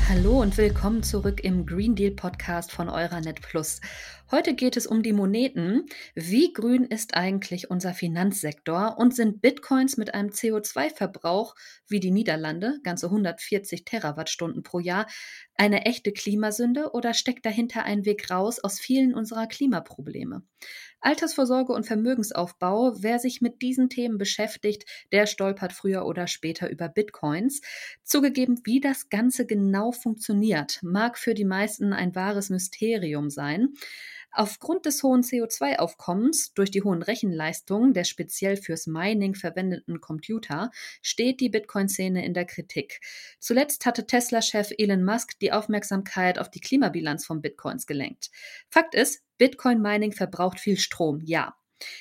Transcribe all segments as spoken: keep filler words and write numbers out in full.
Hallo und willkommen zurück im Green Deal Podcast von Euranet Plus. Heute geht es um die Moneten. Wie grün ist eigentlich unser Finanzsektor und sind Bitcoins mit einem C O zwei Verbrauch wie die Niederlande, ganze hundertvierzig Terawattstunden pro Jahr, eine echte Klimasünde oder steckt dahinter ein Weg raus aus vielen unserer Klimaprobleme? Altersvorsorge und Vermögensaufbau, wer sich mit diesen Themen beschäftigt, der stolpert früher oder später über Bitcoins. Zugegeben, wie das Ganze genau funktioniert, mag für die meisten ein wahres Mysterium sein. Aufgrund des hohen C O zwei Aufkommens durch die hohen Rechenleistungen der speziell fürs Mining verwendeten Computer steht die Bitcoin-Szene in der Kritik. Zuletzt hatte Tesla-Chef Elon Musk die Aufmerksamkeit auf die Klimabilanz von Bitcoins gelenkt. Fakt ist, Bitcoin-Mining verbraucht viel Strom, ja.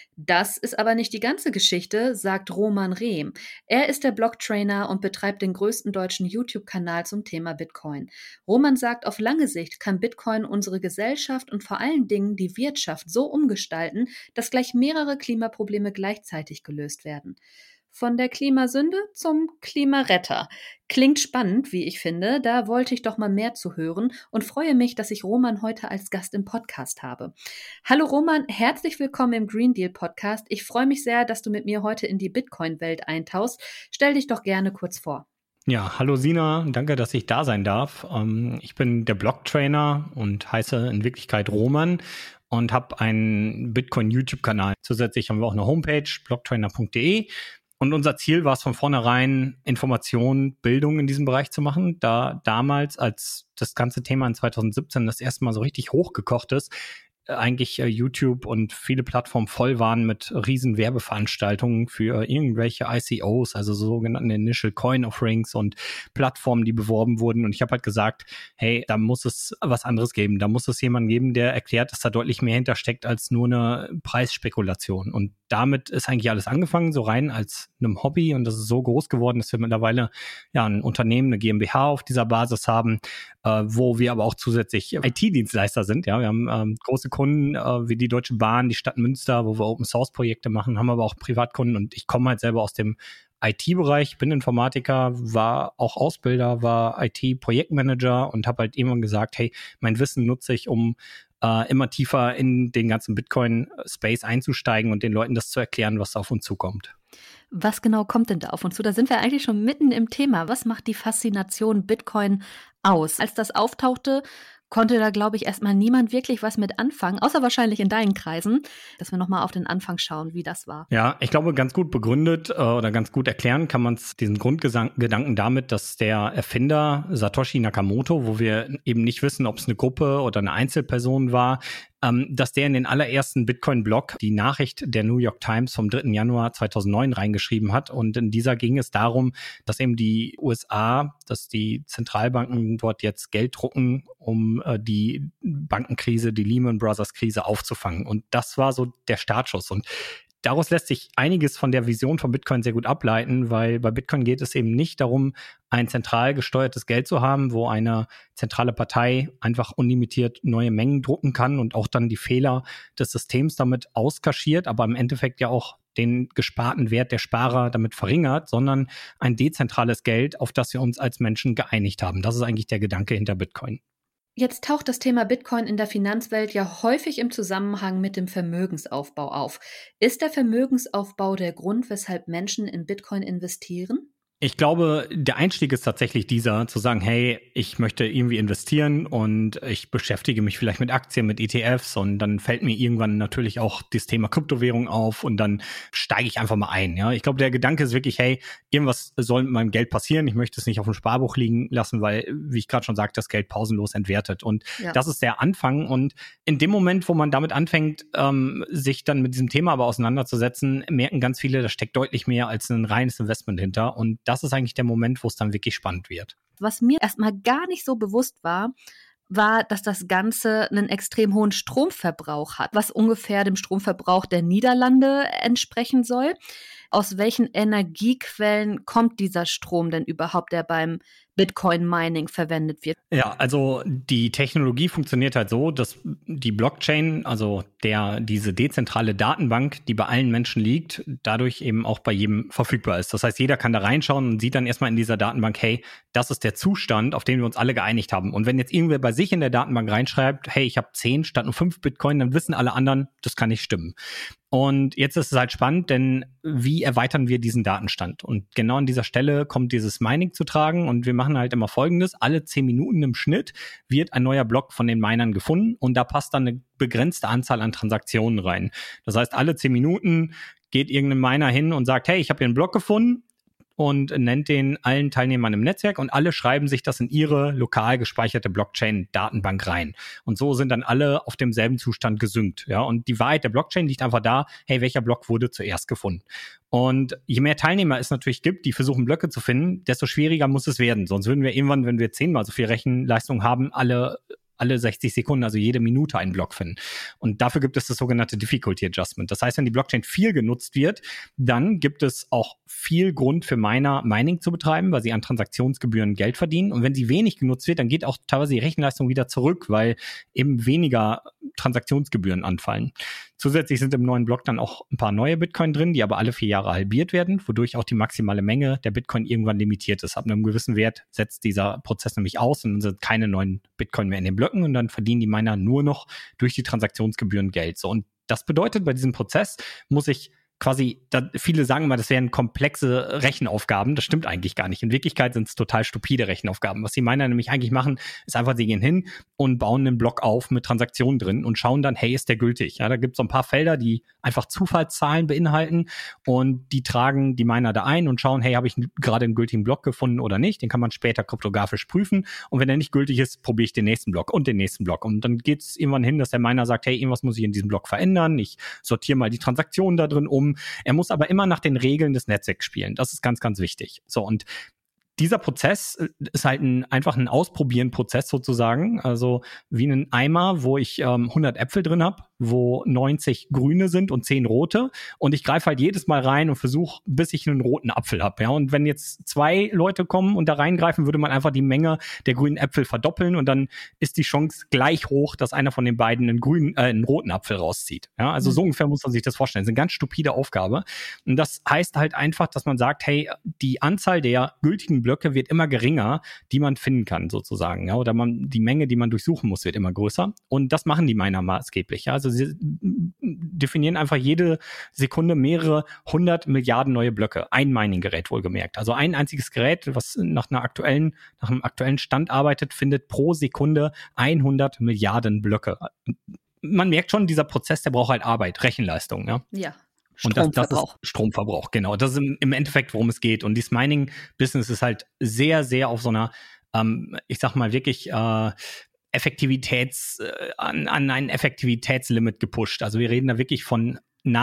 Das ist aber nicht die ganze Geschichte, sagt Roman Rehm. Er ist der Blocktrainer und betreibt den größten deutschen YouTube-Kanal zum Thema Bitcoin. Roman sagt, auf lange Sicht kann Bitcoin unsere Gesellschaft und vor allen Dingen die Wirtschaft so umgestalten, dass gleich mehrere Klimaprobleme gleichzeitig gelöst werden. Von der Klimasünde zum Klimaretter. Klingt spannend, wie ich finde. Da wollte ich doch mal mehr zu hören und freue mich, dass ich Roman heute als Gast im Podcast habe. Hallo Roman, herzlich willkommen im Green Deal Podcast. Ich freue mich sehr, dass du mit mir heute in die Bitcoin-Welt eintauchst. Stell dich doch gerne kurz vor. Ja, hallo Sina, danke, dass ich da sein darf. Ich bin der Blocktrainer und heiße in Wirklichkeit Roman und habe einen Bitcoin-YouTube-Kanal. Zusätzlich haben wir auch eine Homepage, blocktrainer punkt de. Und unser Ziel war es von vornherein, Information, Bildung in diesem Bereich zu machen. Da damals, als das ganze Thema in zwanzig siebzehn das erste Mal so richtig hochgekocht ist, eigentlich äh, YouTube und viele Plattformen voll waren mit riesen Werbeveranstaltungen für irgendwelche I C Os, also sogenannten Initial Coin Offerings und Plattformen, die beworben wurden. Und ich habe halt gesagt, hey, da muss es was anderes geben. Da muss es jemanden geben, der erklärt, dass da deutlich mehr hintersteckt als nur eine Preisspekulation. Und damit ist eigentlich alles angefangen, so rein als einem Hobby. Und das ist so groß geworden, dass wir mittlerweile ja ein Unternehmen, eine GmbH auf dieser Basis haben, äh, wo wir aber auch zusätzlich I T-Dienstleister sind. Ja, wir haben ähm, große Kunden äh, wie die Deutsche Bahn, die Stadt Münster, wo wir Open-Source-Projekte machen, haben aber auch Privatkunden. Und ich komme halt selber aus dem I T-Bereich, bin Informatiker, war auch Ausbilder, war I T-Projektmanager und habe halt irgendwann gesagt, hey, mein Wissen nutze ich, um äh, immer tiefer in den ganzen Bitcoin-Space einzusteigen und den Leuten das zu erklären, was auf uns zukommt. Was genau kommt denn da auf uns zu? Da sind wir eigentlich schon mitten im Thema. Was macht die Faszination Bitcoin aus? Als das auftauchte, konnte da, glaube ich, erstmal niemand wirklich was mit anfangen, außer wahrscheinlich in deinen Kreisen, dass wir nochmal auf den Anfang schauen, wie das war. Ja, ich glaube, ganz gut begründet äh, oder ganz gut erklären kann man es diesen Grundgedanken damit, dass der Erfinder Satoshi Nakamoto, wo wir eben nicht wissen, ob es eine Gruppe oder eine Einzelperson war, ähm, dass der in den allerersten Bitcoin-Blog die Nachricht der New York Times vom dritten Januar zweitausendneun reingeschrieben hat. Und in dieser ging es darum, dass eben die U S A, dass die Zentralbanken dort jetzt Geld drucken, um äh, die Bankenkrise, die Lehman Brothers Krise aufzufangen. Und das war so der Startschuss. Und daraus lässt sich einiges von der Vision von Bitcoin sehr gut ableiten, weil bei Bitcoin geht es eben nicht darum, ein zentral gesteuertes Geld zu haben, wo eine zentrale Partei einfach unlimitiert neue Mengen drucken kann und auch dann die Fehler des Systems damit auskaschiert, aber im Endeffekt ja auch den gesparten Wert der Sparer damit verringert, sondern ein dezentrales Geld, auf das wir uns als Menschen geeinigt haben. Das ist eigentlich der Gedanke hinter Bitcoin. Jetzt taucht das Thema Bitcoin in der Finanzwelt ja häufig im Zusammenhang mit dem Vermögensaufbau auf. Ist der Vermögensaufbau der Grund, weshalb Menschen in Bitcoin investieren? Ich glaube, der Einstieg ist tatsächlich dieser, zu sagen, hey, ich möchte irgendwie investieren und ich beschäftige mich vielleicht mit Aktien, mit E T Fs und dann fällt mir irgendwann natürlich auch das Thema Kryptowährung auf und dann steige ich einfach mal ein. Ja, ich glaube, der Gedanke ist wirklich, hey, irgendwas soll mit meinem Geld passieren. Ich möchte es nicht auf dem Sparbuch liegen lassen, weil, wie ich gerade schon sagte, das Geld pausenlos entwertet. Und ja, das ist der Anfang. Und in dem Moment, wo man damit anfängt, ähm, sich dann mit diesem Thema aber auseinanderzusetzen, merken ganz viele, da steckt deutlich mehr als ein reines Investment hinter. Und das ist eigentlich der Moment, wo es dann wirklich spannend wird. Was mir erstmal gar nicht so bewusst war, war, dass das Ganze einen extrem hohen Stromverbrauch hat, was ungefähr dem Stromverbrauch der Niederlande entsprechen soll. Aus welchen Energiequellen kommt dieser Strom denn überhaupt, der beim Bitcoin-Mining verwendet wird? Ja, also die Technologie funktioniert halt so, dass die Blockchain, also der diese dezentrale Datenbank, die bei allen Menschen liegt, dadurch eben auch bei jedem verfügbar ist. Das heißt, jeder kann da reinschauen und sieht dann erstmal in dieser Datenbank, hey, das ist der Zustand, auf den wir uns alle geeinigt haben. Und wenn jetzt irgendwer bei sich in der Datenbank reinschreibt, hey, ich habe zehn statt nur fünf Bitcoin, dann wissen alle anderen, das kann nicht stimmen. Und jetzt ist es halt spannend, denn wie erweitern wir diesen Datenstand? Und genau an dieser Stelle kommt dieses Mining zu tragen und wir machen halt immer Folgendes. Alle zehn Minuten im Schnitt wird ein neuer Block von den Minern gefunden und da passt dann eine begrenzte Anzahl an Transaktionen rein. Das heißt, alle zehn Minuten geht irgendein Miner hin und sagt, hey, ich habe hier einen Block gefunden und nennt den allen Teilnehmern im Netzwerk und alle schreiben sich das in ihre lokal gespeicherte Blockchain-Datenbank rein. Und so sind dann alle auf demselben Zustand gesynkt. Ja? Und die Wahrheit der Blockchain liegt einfach da, hey, welcher Block wurde zuerst gefunden? Und je mehr Teilnehmer es natürlich gibt, die versuchen, Blöcke zu finden, desto schwieriger muss es werden. Sonst würden wir irgendwann, wenn wir zehnmal so viel Rechenleistung haben, alle alle sechzig Sekunden, also jede Minute einen Block finden. Und dafür gibt es das sogenannte Difficulty Adjustment. Das heißt, wenn die Blockchain viel genutzt wird, dann gibt es auch viel Grund für Miner, Mining zu betreiben, weil sie an Transaktionsgebühren Geld verdienen. Und wenn sie wenig genutzt wird, dann geht auch teilweise die Rechenleistung wieder zurück, weil eben weniger Transaktionsgebühren anfallen. Zusätzlich sind im neuen Block dann auch ein paar neue Bitcoin drin, die aber alle vier Jahre halbiert werden, wodurch auch die maximale Menge der Bitcoin irgendwann limitiert ist. Ab einem gewissen Wert setzt dieser Prozess nämlich aus und dann sind keine neuen Bitcoin mehr in den Blöcken und dann verdienen die Miner nur noch durch die Transaktionsgebühren Geld. So, und das bedeutet, bei diesem Prozess muss ich quasi, da, viele sagen immer, das wären komplexe Rechenaufgaben. Das stimmt eigentlich gar nicht. In Wirklichkeit sind es total stupide Rechenaufgaben. Was die Miner nämlich eigentlich machen, ist einfach, sie gehen hin und bauen einen Block auf mit Transaktionen drin und schauen dann, hey, ist der gültig? Ja, da gibt es so ein paar Felder, die einfach Zufallszahlen beinhalten und die tragen die Miner da ein und schauen, hey, habe ich gerade einen gültigen Block gefunden oder nicht? Den kann man später kryptografisch prüfen und wenn der nicht gültig ist, probiere ich den nächsten Block und den nächsten Block. Und dann geht es irgendwann hin, dass der Miner sagt, hey, irgendwas muss ich in diesem Block verändern. Ich sortiere mal die Transaktionen da drin um. Er muss aber immer nach den Regeln des Netzwerks spielen. Das ist ganz, ganz wichtig. So, und dieser Prozess ist halt ein, einfach ein Ausprobieren-Prozess sozusagen. Also wie ein Eimer, wo ich ähm, hundert Äpfel drin habe, wo neunzig grüne sind und zehn rote. Und ich greife halt jedes Mal rein und versuche, bis ich einen roten Apfel habe. Ja? Und wenn jetzt zwei Leute kommen und da reingreifen, würde man einfach die Menge der grünen Äpfel verdoppeln und dann ist die Chance gleich hoch, dass einer von den beiden einen grünen, äh, einen roten Apfel rauszieht. Ja? Also mhm. so ungefähr muss man sich das vorstellen. Das ist eine ganz stupide Aufgabe. Und das heißt halt einfach, dass man sagt, hey, die Anzahl der gültigen Blöcke wird immer geringer, die man finden kann sozusagen. Ja? Oder man, die Menge, die man durchsuchen muss, wird immer größer. Und das machen die Miner maßgeblich. Ja? Also sie definieren einfach jede Sekunde mehrere hundert Milliarden neue Blöcke. Ein Mining-Gerät wohlgemerkt. Also ein einziges Gerät, was nach einer aktuellen, nach einem aktuellen Stand arbeitet, findet pro Sekunde hundert Milliarden Blöcke. Man merkt schon, dieser Prozess, der braucht halt Arbeit, Rechenleistung. Ja. Ja. Und das, das ist Stromverbrauch, genau. Das ist im, im Endeffekt, worum es geht. Und dieses Mining-Business ist halt sehr, sehr auf so einer, ähm, ich sag mal wirklich, äh, Effektivitäts, äh, an, an ein Effektivitätslimit gepusht. Also wir reden da wirklich von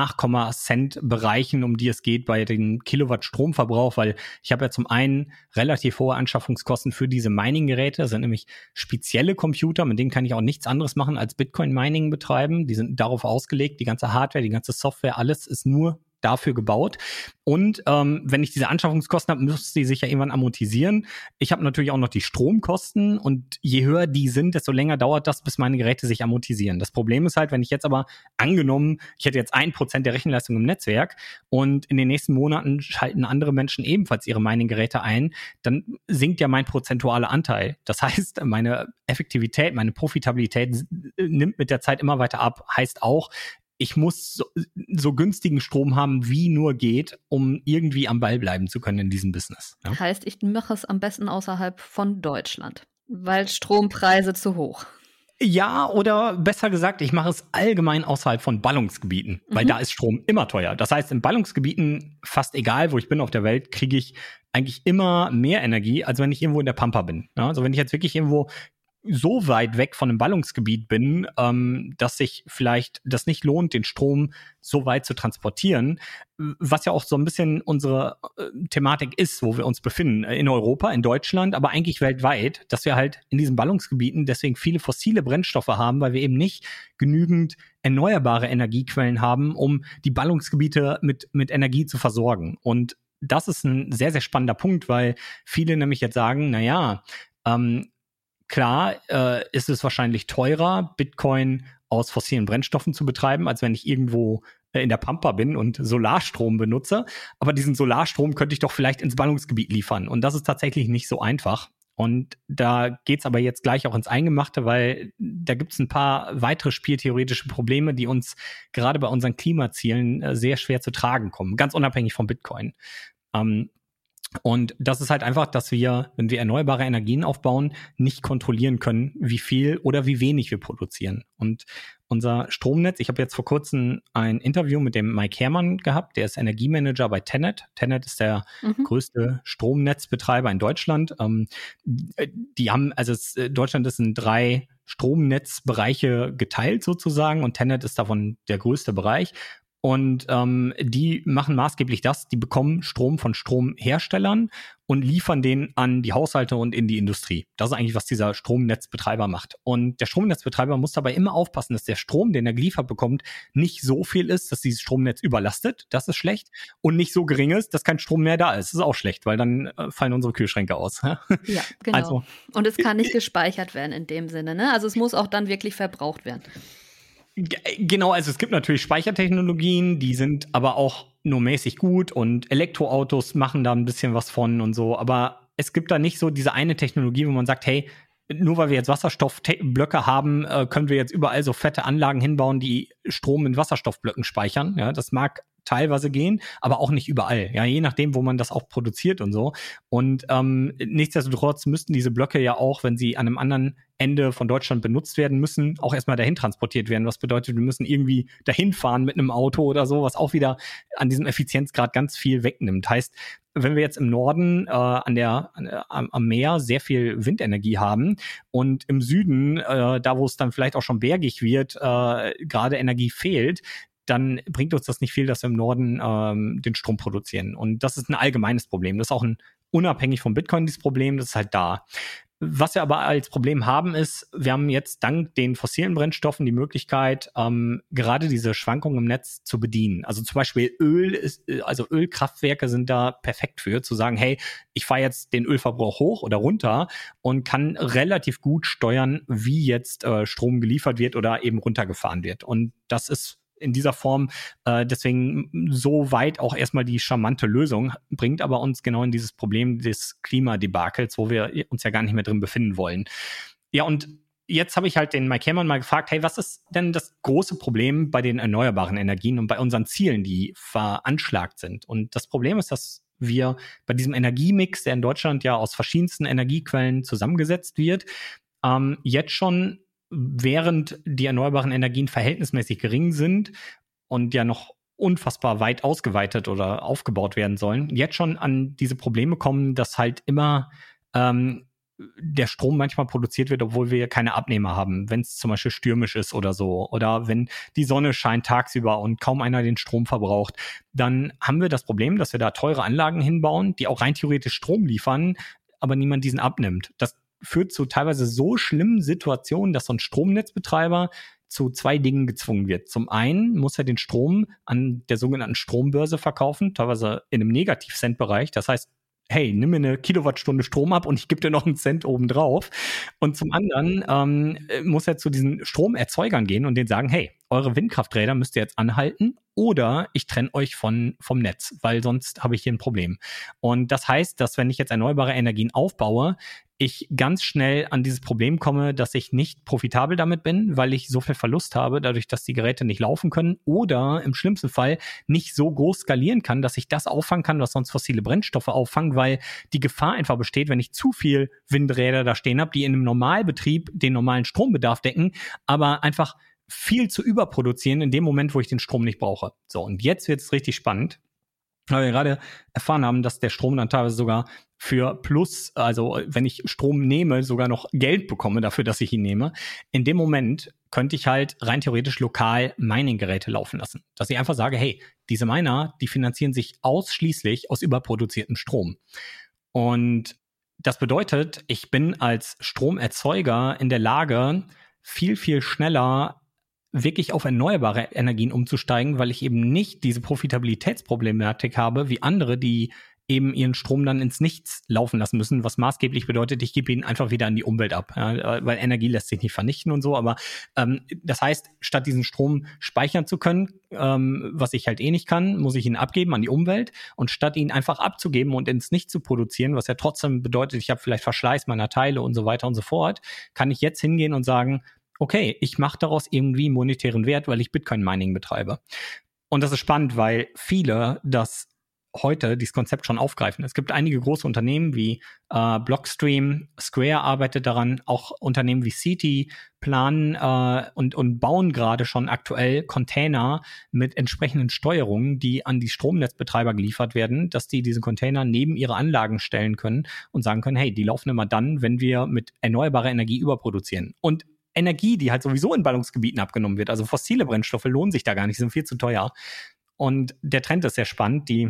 Nachkomma-Cent-Bereichen, um die es geht bei den Kilowatt Stromverbrauch, weil ich habe ja zum einen relativ hohe Anschaffungskosten für diese Mining-Geräte. Das sind nämlich spezielle Computer, mit denen kann ich auch nichts anderes machen als Bitcoin-Mining betreiben. Die sind darauf ausgelegt, die ganze Hardware, die ganze Software, alles ist nur dafür gebaut. Und ähm, wenn ich diese Anschaffungskosten habe, müsste die sich ja irgendwann amortisieren. Ich habe natürlich auch noch die Stromkosten und je höher die sind, desto länger dauert das, bis meine Geräte sich amortisieren. Das Problem ist halt, wenn ich jetzt aber angenommen, ich hätte jetzt ein Prozent der Rechenleistung im Netzwerk und in den nächsten Monaten schalten andere Menschen ebenfalls ihre Mining-Geräte ein, dann sinkt ja mein prozentualer Anteil. Das heißt, meine Effektivität, meine Profitabilität nimmt mit der Zeit immer weiter ab. Heißt auch, ich muss so, so günstigen Strom haben, wie nur geht, um irgendwie am Ball bleiben zu können in diesem Business. Ja? Heißt, ich mache es am besten außerhalb von Deutschland, weil Strompreise zu hoch. Ja, oder besser gesagt, ich mache es allgemein außerhalb von Ballungsgebieten, mhm. weil da ist Strom immer teuer. Das heißt, in Ballungsgebieten, fast egal, wo ich bin auf der Welt, kriege ich eigentlich immer mehr Energie, als wenn ich irgendwo in der Pampa bin. Ja? Also wenn ich jetzt wirklich irgendwo so weit weg von einem Ballungsgebiet bin, ähm, dass sich vielleicht das nicht lohnt, den Strom so weit zu transportieren, was ja auch so ein bisschen unsere äh, Thematik ist, wo wir uns befinden, in Europa, in Deutschland, aber eigentlich weltweit, dass wir halt in diesen Ballungsgebieten deswegen viele fossile Brennstoffe haben, weil wir eben nicht genügend erneuerbare Energiequellen haben, um die Ballungsgebiete mit, mit Energie zu versorgen. Und das ist ein sehr, sehr spannender Punkt, weil viele nämlich jetzt sagen, na ja, ähm, klar äh, ist es wahrscheinlich teurer, Bitcoin aus fossilen Brennstoffen zu betreiben, als wenn ich irgendwo äh, in der Pampa bin und Solarstrom benutze. Aber diesen Solarstrom könnte ich doch vielleicht ins Ballungsgebiet liefern. Und das ist tatsächlich nicht so einfach. Und da geht's aber jetzt gleich auch ins Eingemachte, weil da gibt's ein paar weitere spieltheoretische Probleme, die uns gerade bei unseren Klimazielen äh, sehr schwer zu tragen kommen, ganz unabhängig vom Bitcoin. Ähm, Und das ist halt einfach, dass wir, wenn wir erneuerbare Energien aufbauen, nicht kontrollieren können, wie viel oder wie wenig wir produzieren. Und unser Stromnetz, ich habe jetzt vor kurzem ein Interview mit dem Mike Herrmann gehabt, der ist Energiemanager bei TenneT. TenneT ist der mhm. größte Stromnetzbetreiber in Deutschland. Ähm, die haben, also es, Deutschland ist in drei Stromnetzbereiche geteilt sozusagen und TenneT ist davon der größte Bereich. Und ähm, die machen maßgeblich das, die bekommen Strom von Stromherstellern und liefern den an die Haushalte und in die Industrie. Das ist eigentlich, was dieser Stromnetzbetreiber macht. Und der Stromnetzbetreiber muss dabei immer aufpassen, dass der Strom, den er geliefert bekommt, nicht so viel ist, dass dieses Stromnetz überlastet. Das ist schlecht. Und nicht so gering ist, dass kein Strom mehr da ist. Das ist auch schlecht, weil dann äh, fallen unsere Kühlschränke aus. Ja, genau. Also, und es kann nicht gespeichert werden in dem Sinne, ne? Also es muss auch dann wirklich verbraucht werden. Genau, also es gibt natürlich Speichertechnologien, die sind aber auch nur mäßig gut und Elektroautos machen da ein bisschen was von und so, aber es gibt da nicht so diese eine Technologie, wo man sagt, hey, nur weil wir jetzt Wasserstoffblöcke haben, können wir jetzt überall so fette Anlagen hinbauen, die Strom in Wasserstoffblöcken speichern. Ja, das mag teilweise gehen, aber auch nicht überall. Ja, je nachdem, wo man das auch produziert und so. Und ähm, nichtsdestotrotz müssten diese Blöcke ja auch, wenn sie an einem anderen Ende von Deutschland benutzt werden müssen, auch erstmal dahin transportiert werden. Was bedeutet, wir müssen irgendwie dahin fahren mit einem Auto oder so, was auch wieder an diesem Effizienzgrad ganz viel wegnimmt. Heißt, wenn wir jetzt im Norden äh, an der an, am, am Meer sehr viel Windenergie haben und im Süden, äh, da wo es dann vielleicht auch schon bergig wird, äh, gerade Energie fehlt, dann bringt uns das nicht viel, dass wir im Norden ähm, den Strom produzieren. Und das ist ein allgemeines Problem. Das ist auch ein unabhängig vom Bitcoin dieses Problem, das ist halt da. Was wir aber als Problem haben, ist, wir haben jetzt dank den fossilen Brennstoffen die Möglichkeit, ähm, gerade diese Schwankungen im Netz zu bedienen. Also zum Beispiel Öl ist, also Ölkraftwerke sind da perfekt für, zu sagen, hey, ich fahre jetzt den Ölverbrauch hoch oder runter und kann relativ gut steuern, wie jetzt äh, Strom geliefert wird oder eben runtergefahren wird. Und das ist in dieser Form äh, deswegen so weit auch erstmal die charmante Lösung, bringt aber uns genau in dieses Problem des Klimadebakels, wo wir uns ja gar nicht mehr drin befinden wollen. Ja, und jetzt habe ich halt den Mike Herrmann mal gefragt, hey, was ist denn das große Problem bei den erneuerbaren Energien und bei unseren Zielen, die veranschlagt sind? Und das Problem ist, dass wir bei diesem Energiemix, der in Deutschland ja aus verschiedensten Energiequellen zusammengesetzt wird, ähm, jetzt schon während die erneuerbaren Energien verhältnismäßig gering sind und ja noch unfassbar weit ausgeweitet oder aufgebaut werden sollen, jetzt schon an diese Probleme kommen, dass halt immer ähm, der Strom manchmal produziert wird, obwohl wir keine Abnehmer haben, wenn es zum Beispiel stürmisch ist oder so, oder wenn die Sonne scheint tagsüber und kaum einer den Strom verbraucht, dann haben wir das Problem, dass wir da teure Anlagen hinbauen, die auch rein theoretisch Strom liefern, aber niemand diesen abnimmt. Das führt zu teilweise so schlimmen Situationen, dass so ein Stromnetzbetreiber zu zwei Dingen gezwungen wird. Zum einen muss er den Strom an der sogenannten Strombörse verkaufen, teilweise in einem Negativ-Cent-Bereich. Das heißt, hey, nimm mir eine Kilowattstunde Strom ab und ich gebe dir noch einen Cent obendrauf. Und zum anderen ähm, muss er zu diesen Stromerzeugern gehen und denen sagen, hey, eure Windkrafträder müsst ihr jetzt anhalten oder ich trenne euch von, vom Netz, weil sonst habe ich hier ein Problem. Und das heißt, dass wenn ich jetzt erneuerbare Energien aufbaue, ich ganz schnell an dieses Problem komme, dass ich nicht profitabel damit bin, weil ich so viel Verlust habe, dadurch, dass die Geräte nicht laufen können oder im schlimmsten Fall nicht so groß skalieren kann, dass ich das auffangen kann, was sonst fossile Brennstoffe auffangen, weil die Gefahr einfach besteht, wenn ich zu viel Windräder da stehen habe, die in einem Normalbetrieb den normalen Strombedarf decken, aber einfach viel zu überproduzieren in dem Moment, wo ich den Strom nicht brauche. So, und jetzt wird es richtig spannend, weil wir gerade erfahren haben, dass der Strom dann teilweise sogar für plus, also wenn ich Strom nehme, sogar noch Geld bekomme dafür, dass ich ihn nehme. In dem Moment könnte ich halt rein theoretisch lokal Mining-Geräte laufen lassen. Dass ich einfach sage, hey, diese Miner, die finanzieren sich ausschließlich aus überproduziertem Strom. Und das bedeutet, ich bin als Stromerzeuger in der Lage, viel, viel schneller wirklich auf erneuerbare Energien umzusteigen, weil ich eben nicht diese Profitabilitätsproblematik habe, wie andere, die eben ihren Strom dann ins Nichts laufen lassen müssen, was maßgeblich bedeutet, ich gebe ihn einfach wieder an die Umwelt ab, ja, weil Energie lässt sich nicht vernichten und so, aber ähm, das heißt, statt diesen Strom speichern zu können, ähm, was ich halt eh nicht kann, muss ich ihn abgeben an die Umwelt und statt ihn einfach abzugeben und ins Nichts zu produzieren, was ja trotzdem bedeutet, ich habe vielleicht Verschleiß meiner Teile und so weiter und so fort, kann ich jetzt hingehen und sagen, okay, ich mache daraus irgendwie monetären Wert, weil ich Bitcoin-Mining betreibe. Und das ist spannend, weil viele das heute dieses Konzept schon aufgreifen. Es gibt einige große Unternehmen wie äh, Blockstream, Square arbeitet daran, auch Unternehmen wie Citi planen äh, und, und bauen gerade schon aktuell Container mit entsprechenden Steuerungen, die an die Stromnetzbetreiber geliefert werden, dass die diese Container neben ihre Anlagen stellen können und sagen können, hey, die laufen immer dann, wenn wir mit erneuerbarer Energie überproduzieren. Und Energie, die halt sowieso in Ballungsgebieten abgenommen wird, also fossile Brennstoffe lohnen sich da gar nicht, sind viel zu teuer. Und der Trend ist sehr spannend. Die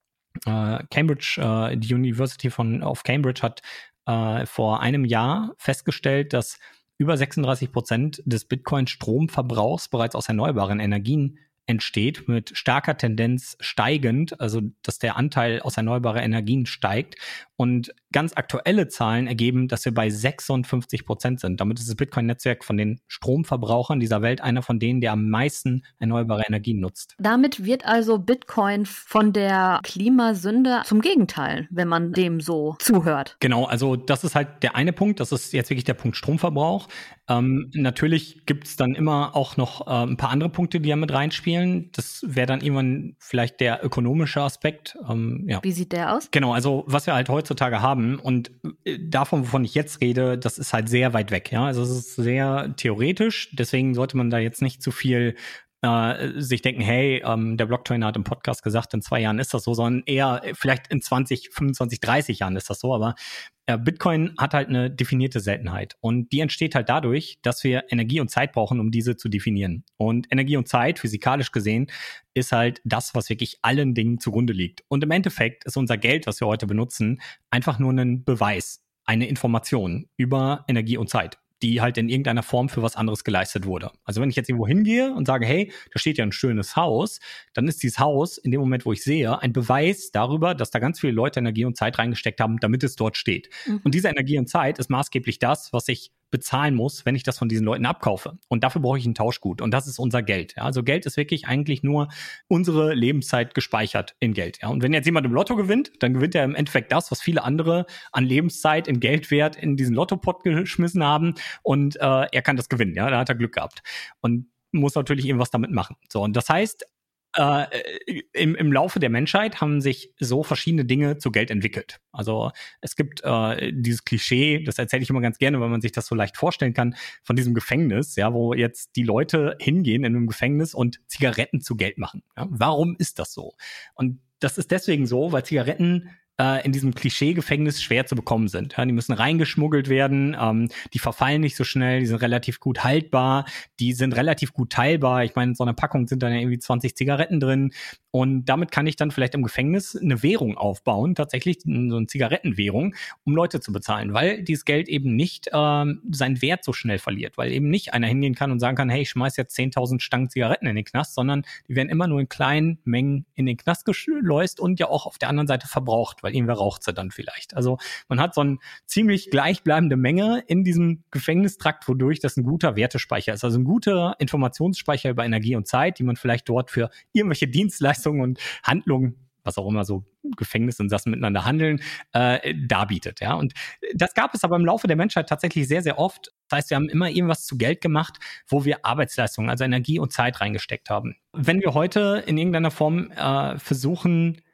äh, Cambridge, äh, die University von, of Cambridge hat äh, vor einem Jahr festgestellt, dass über sechsunddreißig Prozent des Bitcoin-Stromverbrauchs bereits aus erneuerbaren Energien entsteht, mit starker Tendenz steigend, also dass der Anteil aus erneuerbaren Energien steigt. Und ganz aktuelle Zahlen ergeben, dass wir bei sechsundfünfzig Prozent sind. Damit ist das Bitcoin-Netzwerk von den Stromverbrauchern dieser Welt einer von denen, der am meisten erneuerbare Energien nutzt. Damit wird also Bitcoin von der Klimasünde zum Gegenteil, wenn man dem so zuhört. Genau, also das ist halt der eine Punkt, das ist jetzt wirklich der Punkt Stromverbrauch. Ähm, natürlich gibt es dann immer auch noch äh, ein paar andere Punkte, die ja mit reinspielen. Das wäre dann irgendwann vielleicht der ökonomische Aspekt. Ähm, ja. Wie sieht der aus? Genau, also was wir halt heutzutage haben und davon, wovon ich jetzt rede, das ist halt sehr weit weg. Ja, also es ist sehr theoretisch, deswegen sollte man da jetzt nicht zu viel äh, sich denken, hey, ähm, der Blocktrainer hat im Podcast gesagt, in zwei Jahren ist das so, sondern eher vielleicht in zwanzig, fünfundzwanzig, dreißig Jahren ist das so, aber äh, Bitcoin hat halt eine definierte Seltenheit und die entsteht halt dadurch, dass wir Energie und Zeit brauchen, um diese zu definieren. Und Energie und Zeit, physikalisch gesehen, ist halt das, was wirklich allen Dingen zugrunde liegt. Und im Endeffekt ist unser Geld, was wir heute benutzen, einfach nur ein Beweis, eine Information über Energie und Zeit, die halt in irgendeiner Form für was anderes geleistet wurde. Also wenn ich jetzt irgendwo hingehe und sage, hey, da steht ja ein schönes Haus, dann ist dieses Haus in dem Moment, wo ich sehe, ein Beweis darüber, dass da ganz viele Leute Energie und Zeit reingesteckt haben, damit es dort steht. Mhm. Und diese Energie und Zeit ist maßgeblich das, was ich bezahlen muss, wenn ich das von diesen Leuten abkaufe. Und dafür brauche ich ein Tauschgut. Und das ist unser Geld. Ja, also Geld ist wirklich eigentlich nur unsere Lebenszeit gespeichert in Geld. Ja, und wenn jetzt jemand im Lotto gewinnt, dann gewinnt er im Endeffekt das, was viele andere an Lebenszeit in Geldwert in diesen Lottopot geschmissen haben. Und äh, er kann das gewinnen. Ja, da hat er Glück gehabt. Und muss natürlich irgendwas damit machen. So, und das heißt, Äh, im, im Laufe der Menschheit haben sich so verschiedene Dinge zu Geld entwickelt. Also es gibt äh, dieses Klischee, das erzähle ich immer ganz gerne, weil man sich das so leicht vorstellen kann, von diesem Gefängnis, ja, wo jetzt die Leute hingehen in einem Gefängnis und Zigaretten zu Geld machen. Ja? Warum ist das so? Und das ist deswegen so, weil Zigaretten in diesem Klischee-Gefängnis schwer zu bekommen sind. Ja, die müssen reingeschmuggelt werden, ähm, die verfallen nicht so schnell, die sind relativ gut haltbar, die sind relativ gut teilbar. Ich meine, in so einer Packung sind dann ja irgendwie zwanzig Zigaretten drin und damit kann ich dann vielleicht im Gefängnis eine Währung aufbauen, tatsächlich so eine Zigarettenwährung, um Leute zu bezahlen, weil dieses Geld eben nicht ähm, seinen Wert so schnell verliert, weil eben nicht einer hingehen kann und sagen kann, hey, ich schmeiß jetzt zehntausend Stangen Zigaretten in den Knast, sondern die werden immer nur in kleinen Mengen in den Knast geschleust und ja auch auf der anderen Seite verbraucht, weil irgendwer raucht sie dann vielleicht. Also man hat so eine ziemlich gleichbleibende Menge in diesem Gefängnistrakt, wodurch das ein guter Wertespeicher ist. Also ein guter Informationsspeicher über Energie und Zeit, die man vielleicht dort für irgendwelche Dienstleistungen und Handlungen, was auch immer so Gefängnisinsassen miteinander handeln, äh, darbietet. Ja? Und das gab es aber im Laufe der Menschheit tatsächlich sehr, sehr oft. Das heißt, wir haben immer irgendwas zu Geld gemacht, wo wir Arbeitsleistungen, also Energie und Zeit reingesteckt haben. Wenn wir heute in irgendeiner Form äh, versuchen,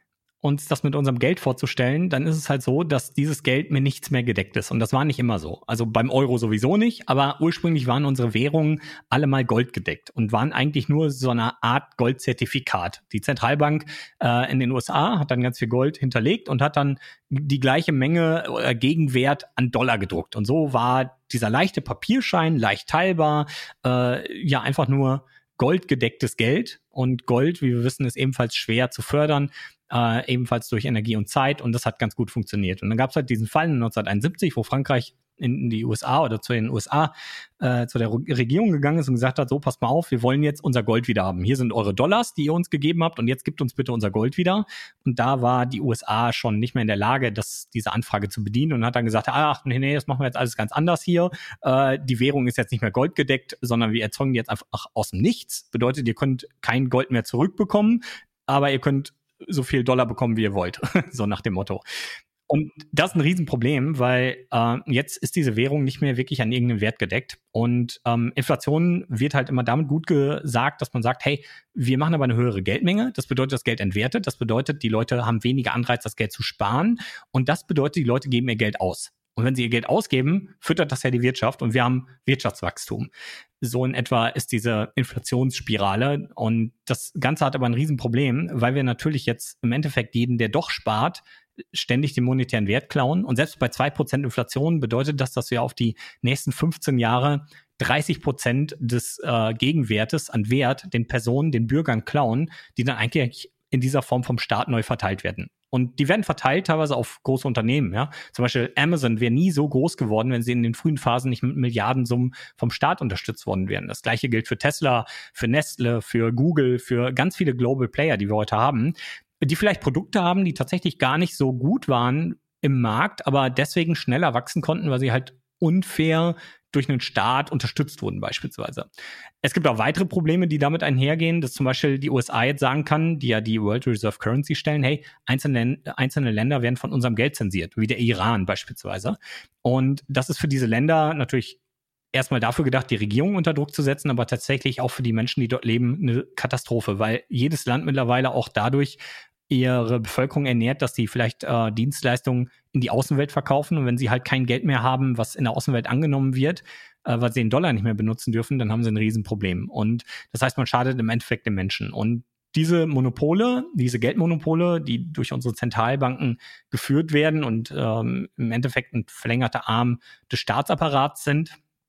uns das mit unserem Geld vorzustellen, dann ist es halt so, dass dieses Geld mit nichts mehr gedeckt ist. Und das war nicht immer so. Also beim Euro sowieso nicht, aber ursprünglich waren unsere Währungen alle mal goldgedeckt und waren eigentlich nur so eine Art Goldzertifikat. Die Zentralbank äh, in den U S A hat dann ganz viel Gold hinterlegt und hat dann die gleiche Menge äh, Gegenwert an Dollar gedruckt. Und so war dieser leichte Papierschein, leicht teilbar, äh, ja einfach nur goldgedecktes Geld. Und Gold, wie wir wissen, ist ebenfalls schwer zu fördern, äh, ebenfalls durch Energie und Zeit. Und das hat ganz gut funktioniert. Und dann gab es halt diesen Fall neunzehnhunderteinundsiebzig, wo Frankreich in die U S A oder zu den U S A, äh, zu der Regierung gegangen ist und gesagt hat, so, passt mal auf, wir wollen jetzt unser Gold wieder haben. Hier sind eure Dollars, die ihr uns gegeben habt und jetzt gibt uns bitte unser Gold wieder. Und da war die U S A schon nicht mehr in der Lage, das, diese Anfrage zu bedienen und hat dann gesagt, ach, nee, nee, das machen wir jetzt alles ganz anders hier. Äh, die Währung ist jetzt nicht mehr goldgedeckt, sondern wir erzeugen die jetzt einfach aus dem Nichts. Bedeutet, ihr könnt kein Gold mehr zurückbekommen, aber ihr könnt so viel Dollar bekommen, wie ihr wollt. So nach dem Motto. Und das ist ein Riesenproblem, weil äh, jetzt ist diese Währung nicht mehr wirklich an irgendeinen Wert gedeckt. Und ähm, Inflation wird halt immer damit gut gesagt, dass man sagt, hey, wir machen aber eine höhere Geldmenge. Das bedeutet, das Geld entwertet. Das bedeutet, die Leute haben weniger Anreiz, das Geld zu sparen. Und das bedeutet, die Leute geben ihr Geld aus. Und wenn sie ihr Geld ausgeben, füttert das ja die Wirtschaft und wir haben Wirtschaftswachstum. So in etwa ist diese Inflationsspirale. Und das Ganze hat aber ein Riesenproblem, weil wir natürlich jetzt im Endeffekt jeden, der doch spart, ständig den monetären Wert klauen. Und selbst bei zwei Prozent Inflation bedeutet das, dass wir auf die nächsten fünfzehn Jahre dreißig Prozent des äh, Gegenwertes an Wert den Personen, den Bürgern klauen, die dann eigentlich in dieser Form vom Staat neu verteilt werden. Und die werden verteilt teilweise auf große Unternehmen. Ja, zum Beispiel Amazon wäre nie so groß geworden, wenn sie in den frühen Phasen nicht mit Milliardensummen vom Staat unterstützt worden wären. Das Gleiche gilt für Tesla, für Nestle, für Google, für ganz viele Global Player, die wir heute haben, die vielleicht Produkte haben, die tatsächlich gar nicht so gut waren im Markt, aber deswegen schneller wachsen konnten, weil sie halt unfair durch einen Staat unterstützt wurden beispielsweise. Es gibt auch weitere Probleme, die damit einhergehen, dass zum Beispiel die U S A jetzt sagen kann, die ja die World Reserve Currency stellen, hey, einzelne, einzelne Länder werden von unserem Geld zensiert, wie der Iran beispielsweise. Und das ist für diese Länder natürlich erstmal dafür gedacht, die Regierung unter Druck zu setzen, aber tatsächlich auch für die Menschen, die dort leben, eine Katastrophe, weil jedes Land mittlerweile auch dadurch ihre Bevölkerung ernährt, dass sie vielleicht äh, Dienstleistungen in die Außenwelt verkaufen und wenn sie halt kein Geld mehr haben, was in der Außenwelt angenommen wird, äh, weil sie den Dollar nicht mehr benutzen dürfen, dann haben sie ein Riesenproblem. Und das heißt, man schadet im Endeffekt den Menschen. Und diese Monopole, diese Geldmonopole, die durch unsere Zentralbanken geführt werden und ähm, im Endeffekt ein verlängerter Arm des Staatsapparats sind,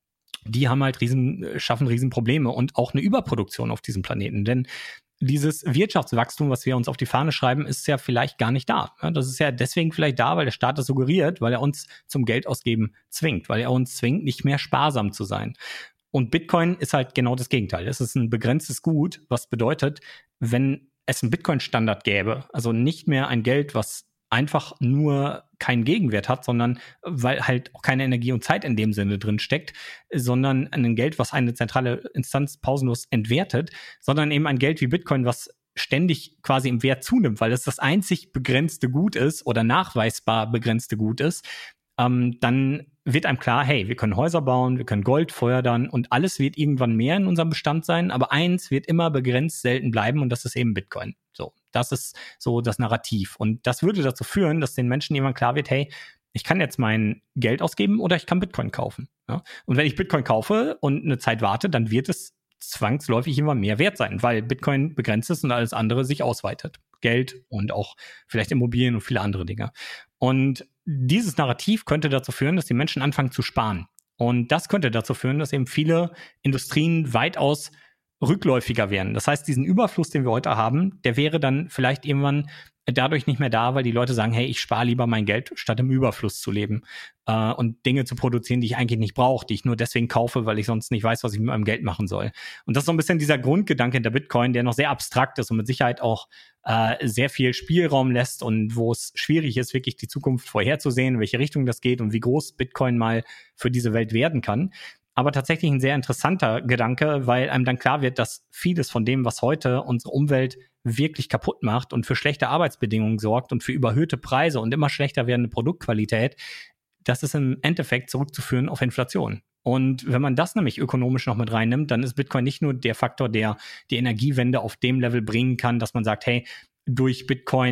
die haben halt riesen, schaffen Riesenprobleme und auch eine Überproduktion auf diesem Planeten. Denn dieses Wirtschaftswachstum, was wir uns auf die Fahne schreiben, ist ja vielleicht gar nicht da. Das ist ja deswegen vielleicht da, weil der Staat das suggeriert, weil er uns zum Geldausgeben zwingt, weil er uns zwingt, nicht mehr sparsam zu sein. Und Bitcoin ist halt genau das Gegenteil. Es ist ein begrenztes Gut, was bedeutet, wenn es einen Bitcoin-Standard gäbe, also nicht mehr ein Geld, was einfach nur keinen Gegenwert hat, sondern weil halt auch keine Energie und Zeit in dem Sinne drin steckt, sondern ein Geld, was eine zentrale Instanz pausenlos entwertet, sondern eben ein Geld wie Bitcoin, was ständig quasi im Wert zunimmt, weil es das einzig begrenzte Gut ist oder nachweisbar begrenzte Gut ist, ähm, dann wird einem klar, hey, wir können Häuser bauen, wir können Gold fördern und alles wird irgendwann mehr in unserem Bestand sein, aber eins wird immer begrenzt selten bleiben und das ist eben Bitcoin. So, das ist so das Narrativ. Und das würde dazu führen, dass den Menschen irgendwann klar wird, hey, ich kann jetzt mein Geld ausgeben oder ich kann Bitcoin kaufen. Ja? Und wenn ich Bitcoin kaufe und eine Zeit warte, dann wird es zwangsläufig immer mehr wert sein, weil Bitcoin begrenzt ist und alles andere sich ausweitet. Geld und auch vielleicht Immobilien und viele andere Dinge. Und dieses Narrativ könnte dazu führen, dass die Menschen anfangen zu sparen. Und das könnte dazu führen, dass eben viele Industrien weitaus rückläufiger werden. Das heißt, diesen Überfluss, den wir heute haben, der wäre dann vielleicht irgendwann dadurch nicht mehr da, weil die Leute sagen, hey, ich spare lieber mein Geld, statt im Überfluss zu leben äh, und Dinge zu produzieren, die ich eigentlich nicht brauche, die ich nur deswegen kaufe, weil ich sonst nicht weiß, was ich mit meinem Geld machen soll. Und das ist so ein bisschen dieser Grundgedanke hinter Bitcoin, der noch sehr abstrakt ist und mit Sicherheit auch äh, sehr viel Spielraum lässt und wo es schwierig ist, wirklich die Zukunft vorherzusehen, in welche Richtung das geht und wie groß Bitcoin mal für diese Welt werden kann. Aber tatsächlich ein sehr interessanter Gedanke, weil einem dann klar wird, dass vieles von dem, was heute unsere Umwelt wirklich kaputt macht und für schlechte Arbeitsbedingungen sorgt und für überhöhte Preise und immer schlechter werdende Produktqualität, das ist im Endeffekt zurückzuführen auf Inflation. Und wenn man das nämlich ökonomisch noch mit reinnimmt, dann ist Bitcoin nicht nur der Faktor, der die Energiewende auf dem Level bringen kann, dass man sagt, hey, durch Bitcoin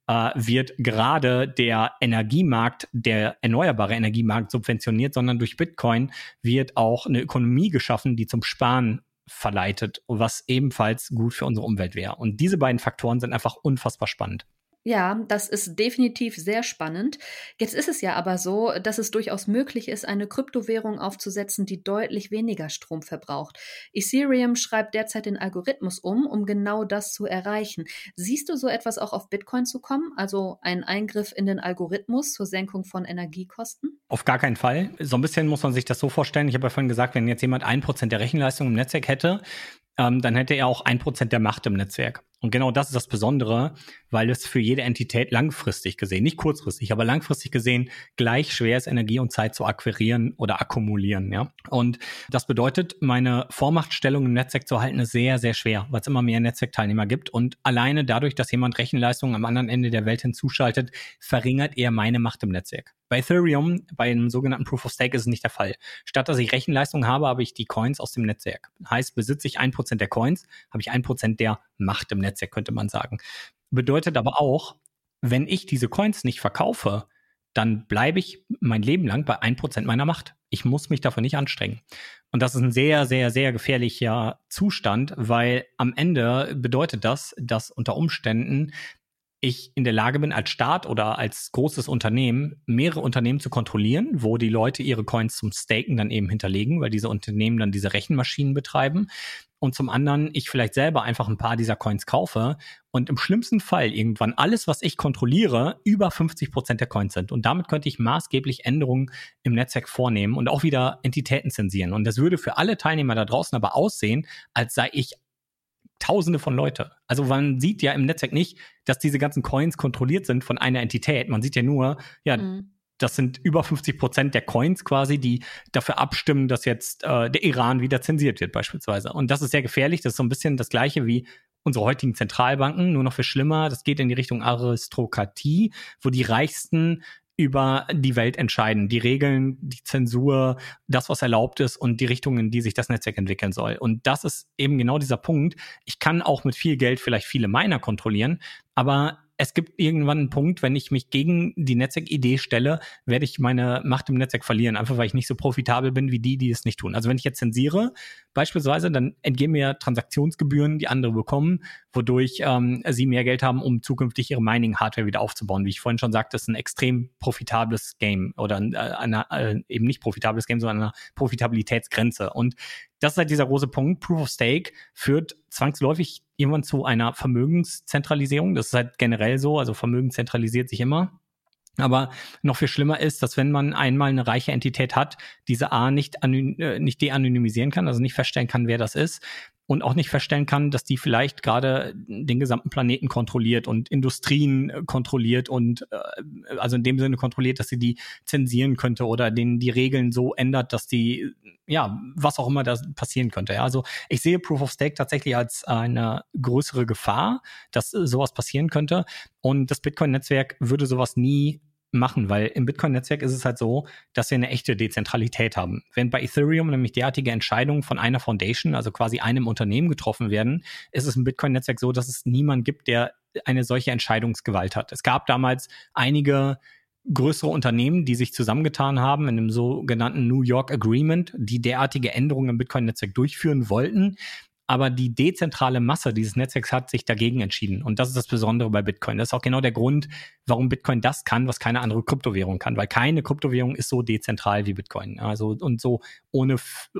äh, wird gerade der Energiemarkt, der erneuerbare Energiemarkt subventioniert, sondern durch Bitcoin wird auch eine Ökonomie geschaffen, die zum Sparen verleitet, was ebenfalls gut für unsere Umwelt wäre. Und diese beiden Faktoren sind einfach unfassbar spannend. Ja, das ist definitiv sehr spannend. Jetzt ist es ja aber so, dass es durchaus möglich ist, eine Kryptowährung aufzusetzen, die deutlich weniger Strom verbraucht. Ethereum schreibt derzeit den Algorithmus um, um genau das zu erreichen. Siehst du so etwas auch auf Bitcoin zu kommen? Also ein Eingriff in den Algorithmus zur Senkung von Energiekosten? Auf gar keinen Fall. So ein bisschen muss man sich das so vorstellen. Ich habe ja vorhin gesagt, wenn jetzt jemand ein Prozent der Rechenleistung im Netzwerk hätte, ähm, dann hätte er auch ein Prozent der Macht im Netzwerk. Und genau das ist das Besondere, weil es für jede Entität langfristig gesehen, nicht kurzfristig, aber langfristig gesehen gleich schwer ist, Energie und Zeit zu akquirieren oder akkumulieren. Ja? Und das bedeutet, meine Vormachtstellung im Netzwerk zu halten, ist sehr, sehr schwer, weil es immer mehr Netzwerkteilnehmer gibt. Und alleine dadurch, dass jemand Rechenleistungen am anderen Ende der Welt hinzuschaltet, verringert er meine Macht im Netzwerk. Bei Ethereum, bei einem sogenannten Proof of Stake, ist es nicht der Fall. Statt dass ich Rechenleistung habe, habe ich die Coins aus dem Netzwerk. Heißt, besitze ich ein Prozent der Coins, habe ich ein Prozent der Macht im Netzwerk, könnte man sagen. Bedeutet aber auch, wenn ich diese Coins nicht verkaufe, dann bleibe ich mein Leben lang bei ein Prozent meiner Macht. Ich muss mich dafür nicht anstrengen. Und das ist ein sehr, sehr, sehr gefährlicher Zustand, weil am Ende bedeutet das, dass unter Umständen ich in der Lage bin, als Staat oder als großes Unternehmen mehrere Unternehmen zu kontrollieren, wo die Leute ihre Coins zum Staken dann eben hinterlegen, weil diese Unternehmen dann diese Rechenmaschinen betreiben. Und zum anderen ich vielleicht selber einfach ein paar dieser Coins kaufe und im schlimmsten Fall irgendwann alles, was ich kontrolliere, über fünfzig Prozent der Coins sind. Und damit könnte ich maßgeblich Änderungen im Netzwerk vornehmen und auch wieder Entitäten zensieren. Und das würde für alle Teilnehmer da draußen aber aussehen, als sei ich Tausende von Leute. Also man sieht ja im Netzwerk nicht, dass diese ganzen Coins kontrolliert sind von einer Entität. Man sieht ja nur, ja, mhm. das sind über fünfzig Prozent der Coins quasi, die dafür abstimmen, dass jetzt äh, der Iran wieder zensiert wird beispielsweise. Und das ist sehr gefährlich. Das ist so ein bisschen das Gleiche wie unsere heutigen Zentralbanken, nur noch viel schlimmer. Das geht in die Richtung Aristokratie, wo die Reichsten über die Welt entscheiden, die Regeln, die Zensur, das, was erlaubt ist und die Richtungen, in die sich das Netzwerk entwickeln soll. Und das ist eben genau dieser Punkt. Ich kann auch mit viel Geld vielleicht viele Miner kontrollieren, aber es gibt irgendwann einen Punkt, wenn ich mich gegen die Netzwerkidee stelle, werde ich meine Macht im Netzwerk verlieren, einfach weil ich nicht so profitabel bin wie die, die es nicht tun. Also wenn ich jetzt zensiere, beispielsweise, dann entgehen mir Transaktionsgebühren, die andere bekommen, wodurch ähm, sie mehr Geld haben, um zukünftig ihre Mining-Hardware wieder aufzubauen. Wie ich vorhin schon sagte, ist ein extrem profitables Game oder ein, eine, äh, eben nicht profitables Game, sondern eine Profitabilitätsgrenze. Und das ist halt dieser große Punkt. Proof of Stake führt zwangsläufig irgendwann zu einer Vermögenszentralisierung. Das ist halt generell so. Also Vermögen zentralisiert sich immer. Aber noch viel schlimmer ist, dass wenn man einmal eine reiche Entität hat, diese A nicht, anony- äh, nicht de-anonymisieren kann, also nicht feststellen kann, wer das ist. Und auch nicht feststellen kann, dass die vielleicht gerade den gesamten Planeten kontrolliert und Industrien äh, kontrolliert und äh, also in dem Sinne kontrolliert, dass sie die zensieren könnte oder denen die Regeln so ändert, dass die, ja, was auch immer da passieren könnte. Ja. Also ich sehe Proof of Stake tatsächlich als eine größere Gefahr, dass äh, sowas passieren könnte. Und das Bitcoin-Netzwerk würde sowas nie machen, weil im Bitcoin-Netzwerk ist es halt so, dass wir eine echte Dezentralität haben. Wenn bei Ethereum nämlich derartige Entscheidungen von einer Foundation, also quasi einem Unternehmen getroffen werden, ist es im Bitcoin-Netzwerk so, dass es niemanden gibt, der eine solche Entscheidungsgewalt hat. Es gab damals einige größere Unternehmen, die sich zusammengetan haben in einem sogenannten New York Agreement, die derartige Änderungen im Bitcoin-Netzwerk durchführen wollten. Aber die dezentrale Masse dieses Netzwerks hat sich dagegen entschieden. Und das ist das Besondere bei Bitcoin. Das ist auch genau der Grund, warum Bitcoin das kann, was keine andere Kryptowährung kann. Weil keine Kryptowährung ist so dezentral wie Bitcoin. Also und so ohne,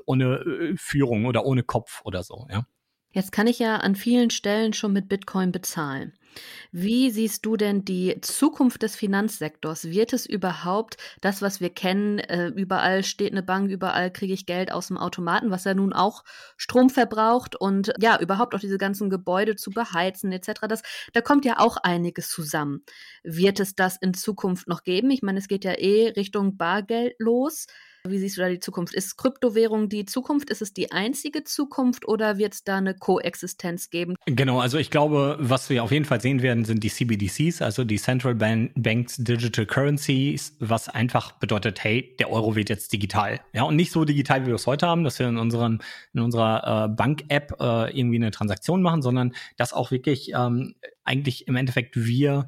ohne Führung oder ohne Kopf oder so, ja. Jetzt kann ich ja an vielen Stellen schon mit Bitcoin bezahlen. Wie siehst du denn die Zukunft des Finanzsektors? Wird es überhaupt das, was wir kennen, äh, überall steht eine Bank, überall kriege ich Geld aus dem Automaten, was ja nun auch Strom verbraucht und ja, überhaupt auch diese ganzen Gebäude zu beheizen et cetera. Das, da kommt ja auch einiges zusammen. Wird es das in Zukunft noch geben? Ich meine, es geht ja eh Richtung Bargeld los. Wie siehst du da die Zukunft? Ist Kryptowährung die Zukunft? Ist es die einzige Zukunft oder wird es da eine Koexistenz geben? Genau, also ich glaube, was wir auf jeden Fall sehen werden, sind die C B D Cs, also die Central Ban- Banks Digital Currencies, was einfach bedeutet, hey, der Euro wird jetzt digital. Ja, und nicht so digital, wie wir es heute haben, dass wir in, unseren, in unserer äh, Bank-App äh, irgendwie eine Transaktion machen, sondern dass auch wirklich ähm, eigentlich im Endeffekt wir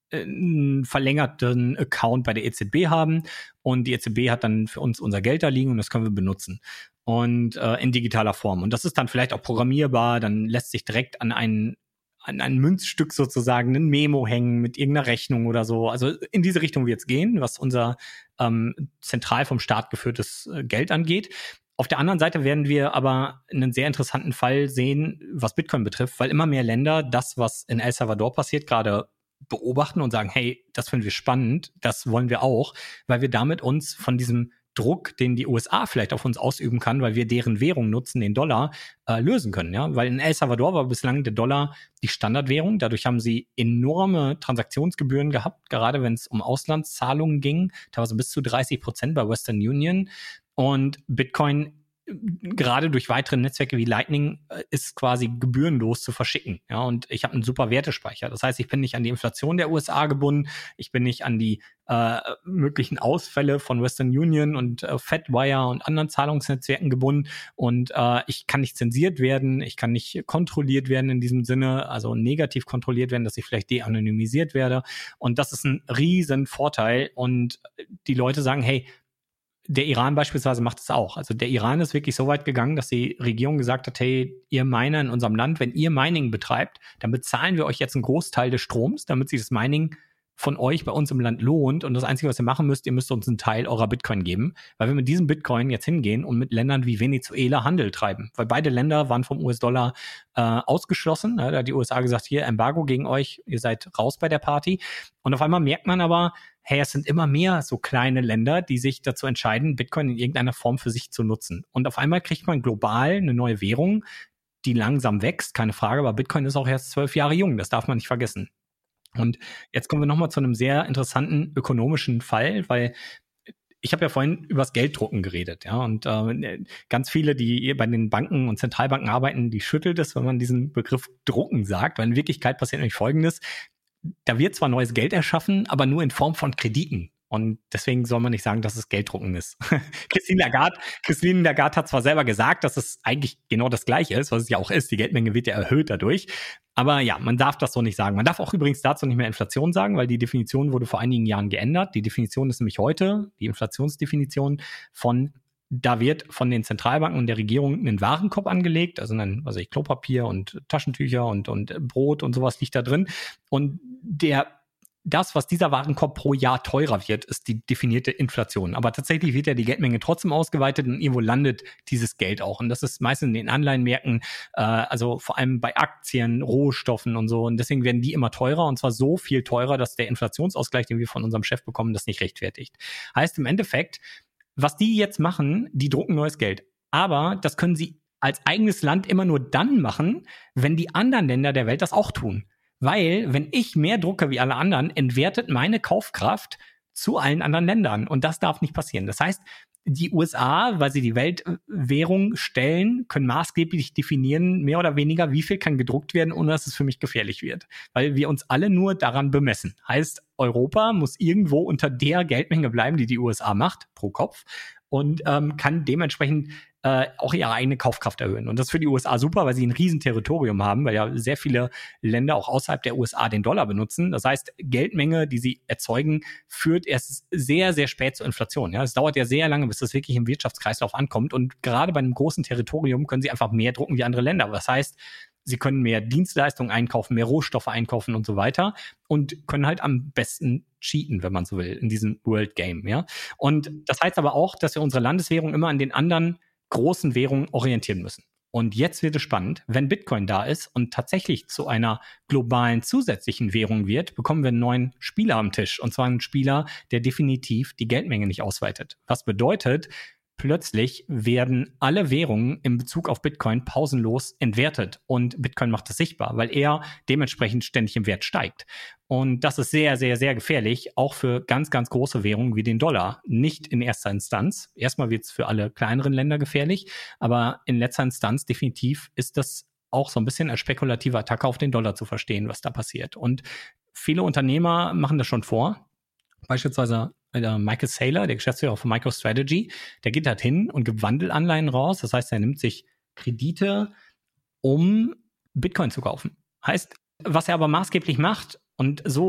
einen verlängerten Account bei der E Z B haben und die E Z B hat dann für uns unser Geld da liegen und das können wir benutzen. Und äh, in digitaler Form. Und das ist dann vielleicht auch programmierbar, dann lässt sich direkt an einen an ein Münzstück sozusagen ein Memo hängen mit irgendeiner Rechnung oder so. Also in diese Richtung wird es gehen, was unser ähm, zentral vom Staat geführtes äh, Geld angeht. Auf der anderen Seite werden wir aber einen sehr interessanten Fall sehen, was Bitcoin betrifft, weil immer mehr Länder das, was in El Salvador passiert, gerade beobachten und sagen, hey, das finden wir spannend, das wollen wir auch, weil wir damit uns von diesem Druck, den die U S A vielleicht auf uns ausüben kann, weil wir deren Währung nutzen, den Dollar, äh, lösen können. Ja? Weil in El Salvador war bislang der Dollar die Standardwährung. Dadurch haben sie enorme Transaktionsgebühren gehabt, gerade wenn es um Auslandszahlungen ging, teilweise bis zu dreißig Prozent bei Western Union. Und Bitcoin, gerade durch weitere Netzwerke wie Lightning, ist quasi gebührenlos zu verschicken. Ja, und ich habe einen super Wertespeicher. Das heißt, ich bin nicht an die Inflation der U S A gebunden, ich bin nicht an die äh, möglichen Ausfälle von Western Union und äh, Fedwire und anderen Zahlungsnetzwerken gebunden und äh, ich kann nicht zensiert werden, ich kann nicht kontrolliert werden in diesem Sinne, also negativ kontrolliert werden, dass ich vielleicht de-anonymisiert werde. Und das ist ein riesen Vorteil. Und die Leute sagen, hey, der Iran beispielsweise macht es auch. Also der Iran ist wirklich so weit gegangen, dass die Regierung gesagt hat, hey, ihr Miner in unserem Land, wenn ihr Mining betreibt, dann bezahlen wir euch jetzt einen Großteil des Stroms, damit sich das Mining von euch bei uns im Land lohnt. Und das Einzige, was ihr machen müsst, ihr müsst uns einen Teil eurer Bitcoin geben, weil wir mit diesem Bitcoin jetzt hingehen und mit Ländern wie Venezuela Handel treiben. Weil beide Länder waren vom U S-Dollar äh, ausgeschlossen. Ja, da hat die U S A gesagt, hier, Embargo gegen euch, ihr seid raus bei der Party. Und auf einmal merkt man aber, hey, es sind immer mehr so kleine Länder, die sich dazu entscheiden, Bitcoin in irgendeiner Form für sich zu nutzen. Und auf einmal kriegt man global eine neue Währung, die langsam wächst, keine Frage, aber Bitcoin ist auch erst zwölf Jahre jung, das darf man nicht vergessen. Und jetzt kommen wir nochmal zu einem sehr interessanten ökonomischen Fall, weil ich habe ja vorhin über das Gelddrucken geredet, ja, und äh, ganz viele, die bei den Banken und Zentralbanken arbeiten, die schüttelt es, wenn man diesen Begriff Drucken sagt, weil in Wirklichkeit passiert nämlich Folgendes: Da wird zwar neues Geld erschaffen, aber nur in Form von Krediten. Und deswegen soll man nicht sagen, dass es Gelddrucken ist. Christine Lagarde, Christine Lagarde hat zwar selber gesagt, dass es eigentlich genau das Gleiche ist, was es ja auch ist. Die Geldmenge wird ja erhöht dadurch. Aber ja, man darf das so nicht sagen. Man darf auch übrigens dazu nicht mehr Inflation sagen, weil die Definition wurde vor einigen Jahren geändert. Die Definition ist nämlich heute, die Inflationsdefinition von, da wird von den Zentralbanken und der Regierung ein Warenkorb angelegt, also ein, was weiß ich, Klopapier und Taschentücher und, und Brot und sowas liegt da drin. Und der Das, was dieser Warenkorb pro Jahr teurer wird, ist die definierte Inflation. Aber tatsächlich wird ja die Geldmenge trotzdem ausgeweitet und irgendwo landet dieses Geld auch. Und das ist meistens in den Anleihenmärkten, äh, also vor allem bei Aktien, Rohstoffen und so. Und deswegen werden die immer teurer, und zwar so viel teurer, dass der Inflationsausgleich, den wir von unserem Chef bekommen, das nicht rechtfertigt. Heißt im Endeffekt, was die jetzt machen, die drucken neues Geld. Aber das können sie als eigenes Land immer nur dann machen, wenn die anderen Länder der Welt das auch tun. Weil, wenn ich mehr drucke wie alle anderen, entwertet meine Kaufkraft zu allen anderen Ländern. Und das darf nicht passieren. Das heißt, die U S A, weil sie die Weltwährung stellen, können maßgeblich definieren, mehr oder weniger, wie viel kann gedruckt werden, ohne dass es für mich gefährlich wird. Weil wir uns alle nur daran bemessen. Heißt, Europa muss irgendwo unter der Geldmenge bleiben, die die U S A macht, pro Kopf. Und ähm, kann dementsprechend äh, auch ihre eigene Kaufkraft erhöhen. Und das ist für die U S A super, weil sie ein riesen Territorium haben, weil ja sehr viele Länder auch außerhalb der U S A den Dollar benutzen. Das heißt, Geldmenge, die sie erzeugen, führt erst sehr, sehr spät zur Inflation. Ja, es dauert ja sehr lange, bis das wirklich im Wirtschaftskreislauf ankommt. Und gerade bei einem großen Territorium können sie einfach mehr drucken wie andere Länder. Das heißt, sie können mehr Dienstleistungen einkaufen, mehr Rohstoffe einkaufen und so weiter und können halt am besten cheaten, wenn man so will, in diesem World Game, ja. Und das heißt aber auch, dass wir unsere Landeswährung immer an den anderen großen Währungen orientieren müssen. Und jetzt wird es spannend, wenn Bitcoin da ist und tatsächlich zu einer globalen zusätzlichen Währung wird, bekommen wir einen neuen Spieler am Tisch. Und zwar einen Spieler, der definitiv die Geldmenge nicht ausweitet. Was bedeutet, plötzlich werden alle Währungen in Bezug auf Bitcoin pausenlos entwertet und Bitcoin macht es sichtbar, weil er dementsprechend ständig im Wert steigt. Und das ist sehr, sehr, sehr gefährlich, auch für ganz, ganz große Währungen wie den Dollar. Nicht in erster Instanz. Erstmal wird es für alle kleineren Länder gefährlich, aber in letzter Instanz definitiv ist das auch so ein bisschen als spekulative Attacke auf den Dollar zu verstehen, was da passiert. Und viele Unternehmer machen das schon vor. Beispielsweise Michael Saylor, der Geschäftsführer von MicroStrategy, der geht halt hin und gibt Wandelanleihen raus. Das heißt, er nimmt sich Kredite, um Bitcoin zu kaufen. Heißt, was er aber maßgeblich macht, und so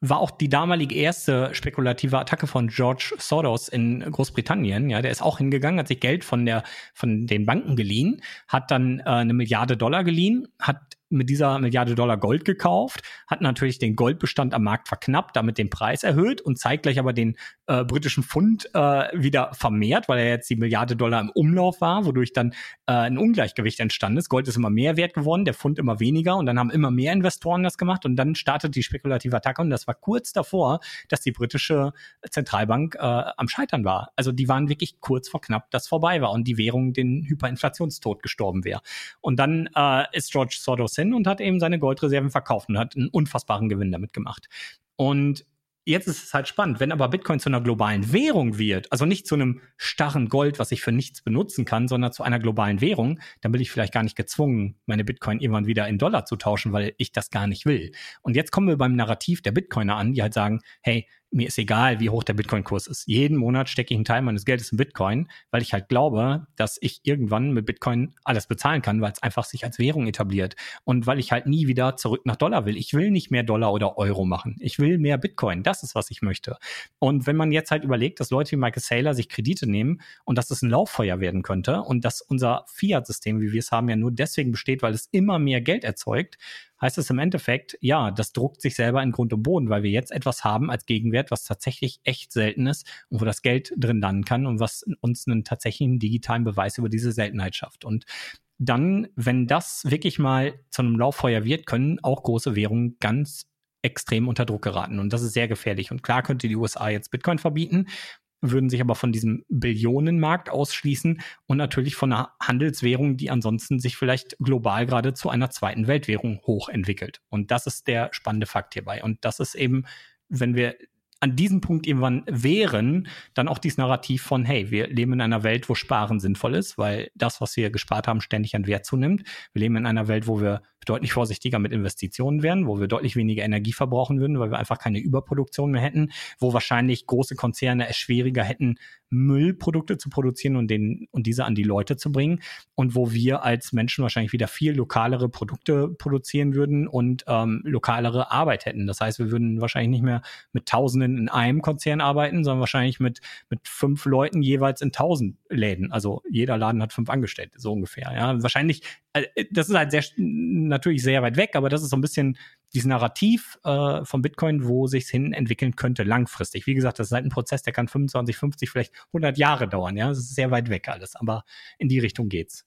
war auch die damalige erste spekulative Attacke von George Soros in Großbritannien. Ja, der ist auch hingegangen, hat sich Geld von der von den Banken geliehen, hat dann äh, eine Milliarde Dollar geliehen, hat mit dieser Milliarde Dollar Gold gekauft, hat natürlich den Goldbestand am Markt verknappt, damit den Preis erhöht und zeitgleich aber den äh, britischen Pfund äh, wieder vermehrt, weil er jetzt die Milliarde Dollar im Umlauf war, wodurch dann äh, ein Ungleichgewicht entstanden ist. Gold ist immer mehr wert geworden, der Pfund immer weniger und dann haben immer mehr Investoren das gemacht und dann startet die spekulative Attacke und das war kurz davor, dass die britische Zentralbank äh, am Scheitern war. Also die waren wirklich kurz vor knapp, dass vorbei war und die Währung den Hyperinflationstod gestorben wäre. Und dann äh, ist George Soros hin und hat eben seine Goldreserven verkauft und hat einen unfassbaren Gewinn damit gemacht. Und jetzt ist es halt spannend, wenn aber Bitcoin zu einer globalen Währung wird, also nicht zu einem starren Gold, was ich für nichts benutzen kann, sondern zu einer globalen Währung, dann bin ich vielleicht gar nicht gezwungen, meine Bitcoin irgendwann wieder in Dollar zu tauschen, weil ich das gar nicht will. Und jetzt kommen wir beim Narrativ der Bitcoiner an, die halt sagen, hey, mir ist egal, wie hoch der Bitcoin-Kurs ist. Jeden Monat stecke ich einen Teil meines Geldes in Bitcoin, weil ich halt glaube, dass ich irgendwann mit Bitcoin alles bezahlen kann, weil es einfach sich als Währung etabliert. Und weil ich halt nie wieder zurück nach Dollar will. Ich will nicht mehr Dollar oder Euro machen. Ich will mehr Bitcoin. Das ist, was ich möchte. Und wenn man jetzt halt überlegt, dass Leute wie Michael Saylor sich Kredite nehmen und dass es ein Lauffeuer werden könnte und dass unser Fiat-System, wie wir es haben, ja nur deswegen besteht, weil es immer mehr Geld erzeugt, heißt es im Endeffekt, ja, das druckt sich selber in Grund und Boden, weil wir jetzt etwas haben als Gegenwert, was tatsächlich echt selten ist und wo das Geld drin landen kann und was uns einen tatsächlichen digitalen Beweis über diese Seltenheit schafft. Und dann, wenn das wirklich mal zu einem Lauffeuer wird, können auch große Währungen ganz extrem unter Druck geraten. Und das ist sehr gefährlich. Und klar könnte die U S A jetzt Bitcoin verbieten, würden sich aber von diesem Billionenmarkt ausschließen und natürlich von einer Handelswährung, die ansonsten sich vielleicht global gerade zu einer zweiten Weltwährung hochentwickelt. Und das ist der spannende Fakt hierbei. Und das ist eben, wenn wir an diesem Punkt irgendwann wären, dann auch dieses Narrativ von, hey, wir leben in einer Welt, wo Sparen sinnvoll ist, weil das, was wir gespart haben, ständig an Wert zunimmt. Wir leben in einer Welt, wo wir deutlich vorsichtiger mit Investitionen wären, wo wir deutlich weniger Energie verbrauchen würden, weil wir einfach keine Überproduktion mehr hätten, wo wahrscheinlich große Konzerne es schwieriger hätten, Müllprodukte zu produzieren und, den, und diese an die Leute zu bringen und wo wir als Menschen wahrscheinlich wieder viel lokalere Produkte produzieren würden und ähm, lokalere Arbeit hätten. Das heißt, wir würden wahrscheinlich nicht mehr mit Tausenden in einem Konzern arbeiten, sondern wahrscheinlich mit, mit fünf Leuten jeweils in tausend Läden. Also jeder Laden hat fünf Angestellte, so ungefähr. Ja, wahrscheinlich, äh, das ist halt sehr, natürlich sehr weit weg, aber das ist so ein bisschen dieses Narrativ äh, von Bitcoin, wo sich's hin entwickeln könnte langfristig. Wie gesagt, das ist halt ein Prozess, der kann fünfundzwanzig, fünfzig, vielleicht hundert Jahre dauern. Ja, das ist sehr weit weg alles, aber in die Richtung geht's.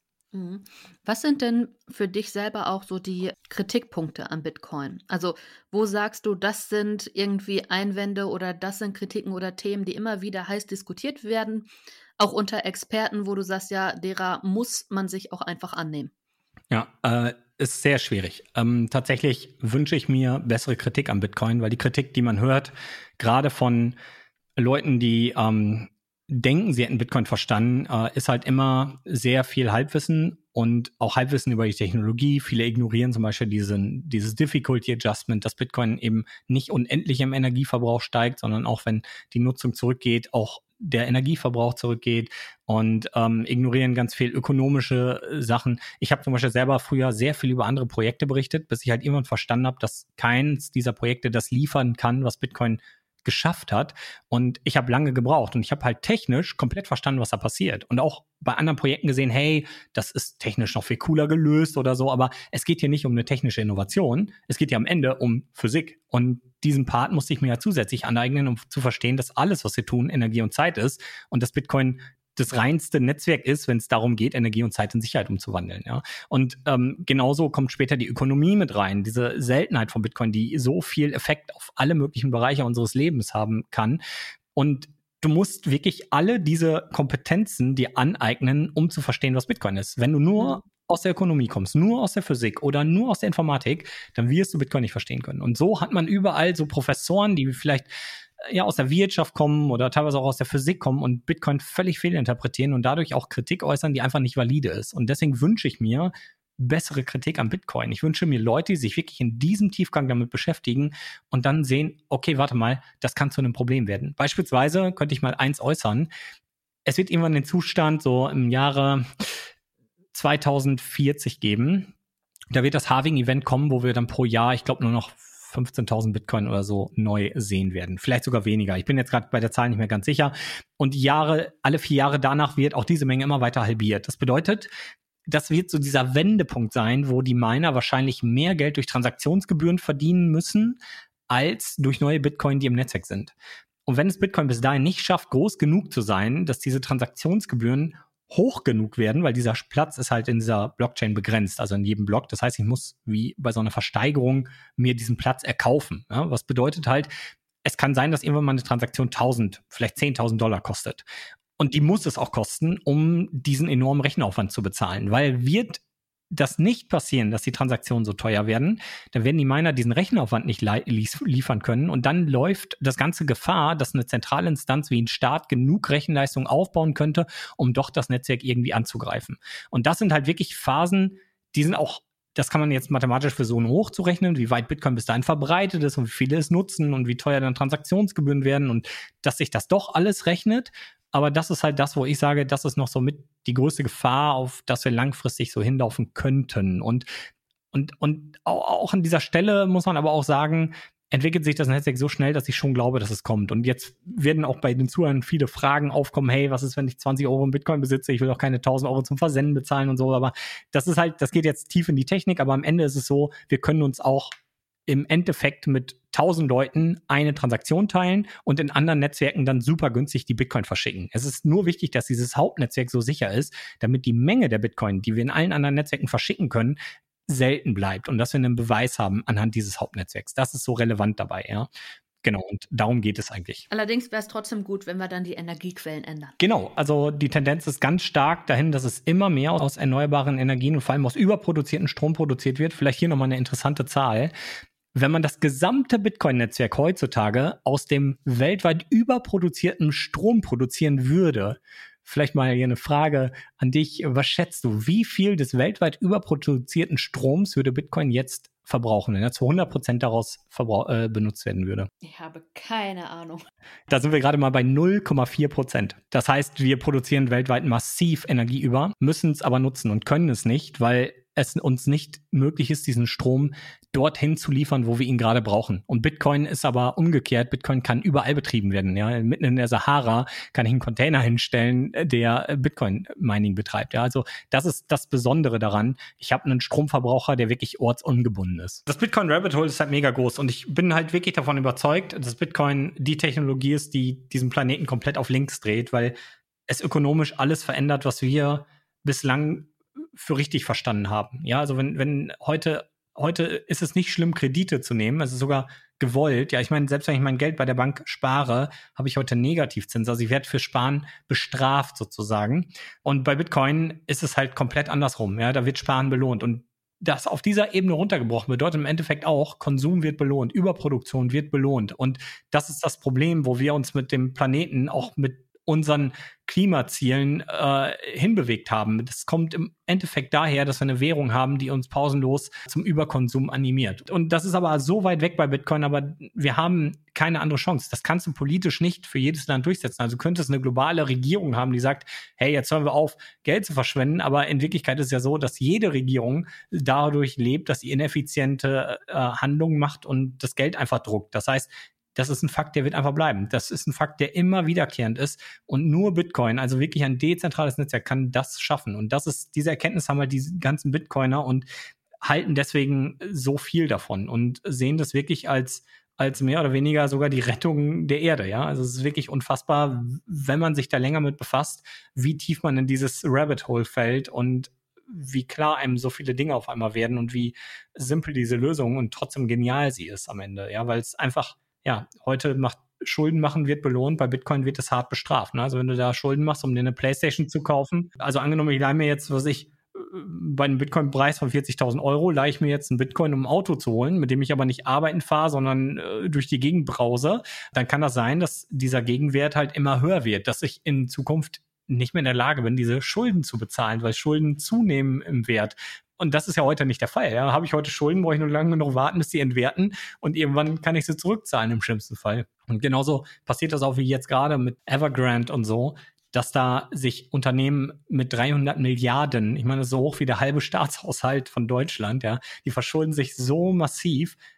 Was sind denn für dich selber auch so die Kritikpunkte an Bitcoin? Also wo sagst du, das sind irgendwie Einwände oder das sind Kritiken oder Themen, die immer wieder heiß diskutiert werden, auch unter Experten, wo du sagst, ja, derer muss man sich auch einfach annehmen? Ja, äh, ist sehr schwierig. Ähm, tatsächlich wünsche ich mir bessere Kritik an Bitcoin, weil die Kritik, die man hört, gerade von Leuten, die ähm, denken, sie hätten Bitcoin verstanden, äh, ist halt immer sehr viel Halbwissen und auch Halbwissen über die Technologie. Viele ignorieren zum Beispiel diesen, dieses Difficulty Adjustment, dass Bitcoin eben nicht unendlich im Energieverbrauch steigt, sondern auch wenn die Nutzung zurückgeht, auch der Energieverbrauch zurückgeht und ähm, ignorieren ganz viel ökonomische Sachen. Ich habe zum Beispiel selber früher sehr viel über andere Projekte berichtet, bis ich halt irgendwann verstanden habe, dass keins dieser Projekte das liefern kann, was Bitcoin geschafft hat. Und ich habe lange gebraucht und ich habe halt technisch komplett verstanden, was da passiert. Und auch bei anderen Projekten gesehen, hey, das ist technisch noch viel cooler gelöst oder so, aber es geht hier nicht um eine technische Innovation, es geht ja am Ende um Physik. Und diesen Part musste ich mir ja zusätzlich aneignen, um zu verstehen, dass alles, was wir tun, Energie und Zeit ist und dass Bitcoin das reinste Netzwerk ist, wenn es darum geht, Energie und Zeit in Sicherheit umzuwandeln. Ja. Und ähm, genauso kommt später die Ökonomie mit rein, diese Seltenheit von Bitcoin, die so viel Effekt auf alle möglichen Bereiche unseres Lebens haben kann. Und du musst wirklich alle diese Kompetenzen dir aneignen, um zu verstehen, was Bitcoin ist. Wenn du nur mhm. aus der Ökonomie kommst, nur aus der Physik oder nur aus der Informatik, dann wirst du Bitcoin nicht verstehen können. Und so hat man überall so Professoren, die vielleicht ja aus der Wirtschaft kommen oder teilweise auch aus der Physik kommen und Bitcoin völlig fehlinterpretieren und dadurch auch Kritik äußern, die einfach nicht valide ist. Und deswegen wünsche ich mir bessere Kritik an Bitcoin. Ich wünsche mir Leute, die sich wirklich in diesem Tiefgang damit beschäftigen und dann sehen, okay, warte mal, das kann zu einem Problem werden. Beispielsweise könnte ich mal eins äußern. Es wird irgendwann den Zustand so im Jahre zweitausendvierzig geben. Da wird das Halving-Event kommen, wo wir dann pro Jahr, ich glaube, nur noch fünfzehntausend Bitcoin oder so neu sehen werden. Vielleicht sogar weniger. Ich bin jetzt gerade bei der Zahl nicht mehr ganz sicher. Und Jahre, alle vier Jahre danach wird auch diese Menge immer weiter halbiert. Das bedeutet, das wird so dieser Wendepunkt sein, wo die Miner wahrscheinlich mehr Geld durch Transaktionsgebühren verdienen müssen, als durch neue Bitcoin, die im Netzwerk sind. Und wenn es Bitcoin bis dahin nicht schafft, groß genug zu sein, dass diese Transaktionsgebühren hoch genug werden, weil dieser Platz ist halt in dieser Blockchain begrenzt, also in jedem Block. Das heißt, ich muss wie bei so einer Versteigerung mir diesen Platz erkaufen. Ja, was bedeutet halt, es kann sein, dass irgendwann mal eine Transaktion tausend, vielleicht zehntausend Dollar kostet. Und die muss es auch kosten, um diesen enormen Rechenaufwand zu bezahlen, weil wird das nicht passieren, dass die Transaktionen so teuer werden, dann werden die Miner diesen Rechenaufwand nicht liefern können und dann läuft das ganze Gefahr, dass eine zentrale Instanz wie ein Staat genug Rechenleistung aufbauen könnte, um doch das Netzwerk irgendwie anzugreifen. Und das sind halt wirklich Phasen, die sind auch, das kann man jetzt mathematisch versuchen hochzurechnen, wie weit Bitcoin bis dahin verbreitet ist und wie viele es nutzen und wie teuer dann Transaktionsgebühren werden und dass sich das doch alles rechnet. Aber das ist halt das, wo ich sage, das ist noch so mit die größte Gefahr, auf das wir langfristig so hinlaufen könnten. Und, und, und auch an dieser Stelle muss man aber auch sagen, entwickelt sich das Netzwerk so schnell, dass ich schon glaube, dass es kommt. Und jetzt werden auch bei den Zuhörern viele Fragen aufkommen, hey, was ist, wenn ich zwanzig Euro in Bitcoin besitze? Ich will doch keine tausend Euro zum Versenden bezahlen und so. Aber das ist halt, das geht jetzt tief in die Technik. Aber am Ende ist es so, wir können uns auch im Endeffekt mit tausend Leuten eine Transaktion teilen und in anderen Netzwerken dann super günstig die Bitcoin verschicken. Es ist nur wichtig, dass dieses Hauptnetzwerk so sicher ist, damit die Menge der Bitcoin, die wir in allen anderen Netzwerken verschicken können, selten bleibt und dass wir einen Beweis haben anhand dieses Hauptnetzwerks. Das ist so relevant dabei, ja. Genau, und darum geht es eigentlich. Allerdings wäre es trotzdem gut, wenn wir dann die Energiequellen ändern. Genau, also die Tendenz ist ganz stark dahin, dass es immer mehr aus erneuerbaren Energien und vor allem aus überproduzierten Strom produziert wird. Vielleicht hier nochmal eine interessante Zahl. Wenn man das gesamte Bitcoin-Netzwerk heutzutage aus dem weltweit überproduzierten Strom produzieren würde, vielleicht mal hier eine Frage an dich, was schätzt du, wie viel des weltweit überproduzierten Stroms würde Bitcoin jetzt verbrauchen, wenn er zu hundert Prozent daraus verbrauch- äh, benutzt werden würde? Ich habe keine Ahnung. Da sind wir gerade mal bei null Komma vier Prozent. Das heißt, wir produzieren weltweit massiv Energie über, müssen es aber nutzen und können es nicht, weil es uns nicht möglich ist, diesen Strom dorthin zu liefern, wo wir ihn gerade brauchen. Und Bitcoin ist aber umgekehrt. Bitcoin kann überall betrieben werden. Ja, mitten in der Sahara kann ich einen Container hinstellen, der Bitcoin-Mining betreibt. Ja, also das ist das Besondere daran. Ich habe einen Stromverbraucher, der wirklich ortsungebunden ist. Das Bitcoin-Rabbit-Hole ist halt mega groß und ich bin halt wirklich davon überzeugt, dass Bitcoin die Technologie ist, die diesen Planeten komplett auf links dreht, weil es ökonomisch alles verändert, was wir bislang für richtig verstanden haben. Ja, also wenn, wenn heute, heute ist es nicht schlimm, Kredite zu nehmen, es ist sogar gewollt. Ja, ich meine, selbst wenn ich mein Geld bei der Bank spare, habe ich heute Negativzins. Also ich werde für Sparen bestraft sozusagen. Und bei Bitcoin ist es halt komplett andersrum. Ja, da wird Sparen belohnt. Und das auf dieser Ebene runtergebrochen bedeutet im Endeffekt auch, Konsum wird belohnt, Überproduktion wird belohnt. Und das ist das Problem, wo wir uns mit dem Planeten auch mit unseren Klimazielen äh, hinbewegt haben. Das kommt im Endeffekt daher, dass wir eine Währung haben, die uns pausenlos zum Überkonsum animiert. Und das ist aber so weit weg bei Bitcoin, aber wir haben keine andere Chance. Das kannst du politisch nicht für jedes Land durchsetzen. Also könnte es eine globale Regierung haben, die sagt, hey, jetzt hören wir auf, Geld zu verschwenden, aber in Wirklichkeit ist es ja so, dass jede Regierung dadurch lebt, dass sie ineffiziente äh, Handlungen macht und das Geld einfach druckt. Das heißt, das ist ein Fakt, der wird einfach bleiben. Das ist ein Fakt, der immer wiederkehrend ist. Und nur Bitcoin, also wirklich ein dezentrales Netzwerk, kann das schaffen. Und das ist, diese Erkenntnis haben halt die ganzen Bitcoiner und halten deswegen so viel davon und sehen das wirklich als, als mehr oder weniger sogar die Rettung der Erde. Ja, also es ist wirklich unfassbar, wenn man sich da länger mit befasst, wie tief man in dieses Rabbit Hole fällt und wie klar einem so viele Dinge auf einmal werden und wie simpel diese Lösung und trotzdem genial sie ist am Ende. Ja, weil es einfach, ja, heute macht Schulden machen wird belohnt, bei Bitcoin wird es hart bestraft. Ne? Also wenn du da Schulden machst, um dir eine Playstation zu kaufen, also angenommen, ich leihe mir jetzt, was ich, bei einem Bitcoin-Preis von vierzigtausend Euro leihe ich mir jetzt einen Bitcoin, um ein Auto zu holen, mit dem ich aber nicht arbeiten fahre, sondern äh, durch die Gegend brause, dann kann das sein, dass dieser Gegenwert halt immer höher wird, dass ich in Zukunft nicht mehr in der Lage bin, diese Schulden zu bezahlen, weil Schulden zunehmen im Wert. Und das ist ja heute nicht der Fall. Ja? Habe ich heute Schulden, brauche ich nur lange genug warten, bis sie entwerten und irgendwann kann ich sie zurückzahlen im schlimmsten Fall. Und genauso passiert das auch wie jetzt gerade mit Evergrande und so, dass da sich Unternehmen mit dreihundert Milliarden, ich meine, so hoch wie der halbe Staatshaushalt von Deutschland, ja, die verschulden sich so massiv,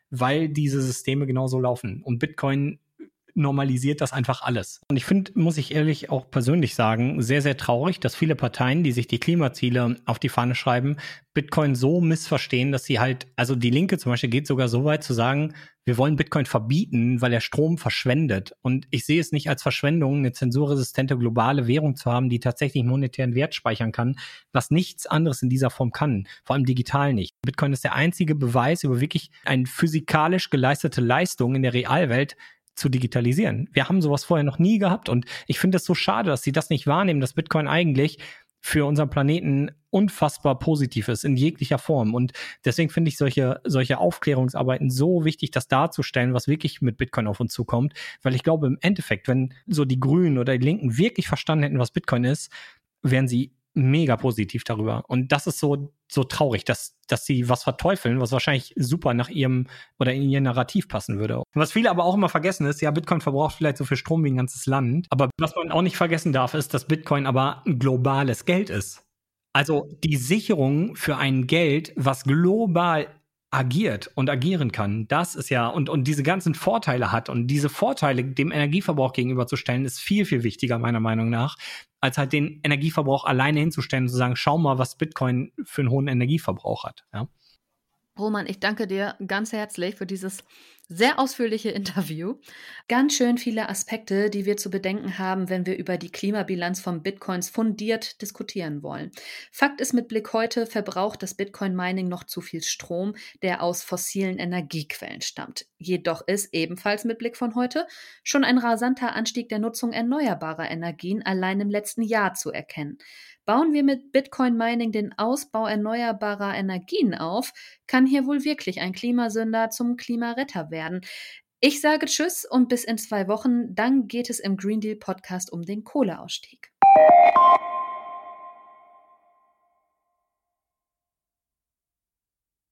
weil diese Systeme genauso laufen. Und Bitcoin normalisiert das einfach alles. Und ich finde, muss ich ehrlich auch persönlich sagen, sehr, sehr traurig, dass viele Parteien, die sich die Klimaziele auf die Fahne schreiben, Bitcoin so missverstehen, dass sie halt, also die Linke zum Beispiel geht sogar so weit zu sagen, wir wollen Bitcoin verbieten, weil er Strom verschwendet. Und ich sehe es nicht als Verschwendung, eine zensurresistente globale Währung zu haben, die tatsächlich monetären Wert speichern kann, was nichts anderes in dieser Form kann, vor allem digital nicht. Bitcoin ist der einzige Beweis über wirklich eine physikalisch geleistete Leistung in der Realwelt, zu digitalisieren. Wir haben sowas vorher noch nie gehabt und ich finde es so schade, dass sie das nicht wahrnehmen, dass Bitcoin eigentlich für unseren Planeten unfassbar positiv ist, in jeglicher Form. Und deswegen finde ich solche, solche Aufklärungsarbeiten so wichtig, das darzustellen, was wirklich mit Bitcoin auf uns zukommt. Weil ich glaube, im Endeffekt, wenn so die Grünen oder die Linken wirklich verstanden hätten, was Bitcoin ist, wären sie mega positiv darüber. Und das ist so, so traurig, dass, dass sie was verteufeln, was wahrscheinlich super nach ihrem oder in ihr Narrativ passen würde. Und was viele aber auch immer vergessen ist, ja, Bitcoin verbraucht vielleicht so viel Strom wie ein ganzes Land. Aber was man auch nicht vergessen darf, ist, dass Bitcoin aber ein globales Geld ist. Also die Sicherung für ein Geld, was global agiert und agieren kann, das ist ja, und, und diese ganzen Vorteile hat und diese Vorteile dem Energieverbrauch gegenüberzustellen, ist viel, viel wichtiger meiner Meinung nach, als halt den Energieverbrauch alleine hinzustellen und zu sagen, schau mal, was Bitcoin für einen hohen Energieverbrauch hat. Ja. Roman, ich danke dir ganz herzlich für dieses sehr ausführliche Interview. Ganz schön viele Aspekte, die wir zu bedenken haben, wenn wir über die Klimabilanz von Bitcoins fundiert diskutieren wollen. Fakt ist, mit Blick heute verbraucht das Bitcoin-Mining noch zu viel Strom, der aus fossilen Energiequellen stammt. Jedoch ist ebenfalls mit Blick von heute schon ein rasanter Anstieg der Nutzung erneuerbarer Energien allein im letzten Jahr zu erkennen. Bauen wir mit Bitcoin-Mining den Ausbau erneuerbarer Energien auf, kann hier wohl wirklich ein Klimasünder zum Klimaretter werden. Ich sage Tschüss und bis in zwei Wochen. Dann geht es im Green Deal Podcast um den Kohleausstieg.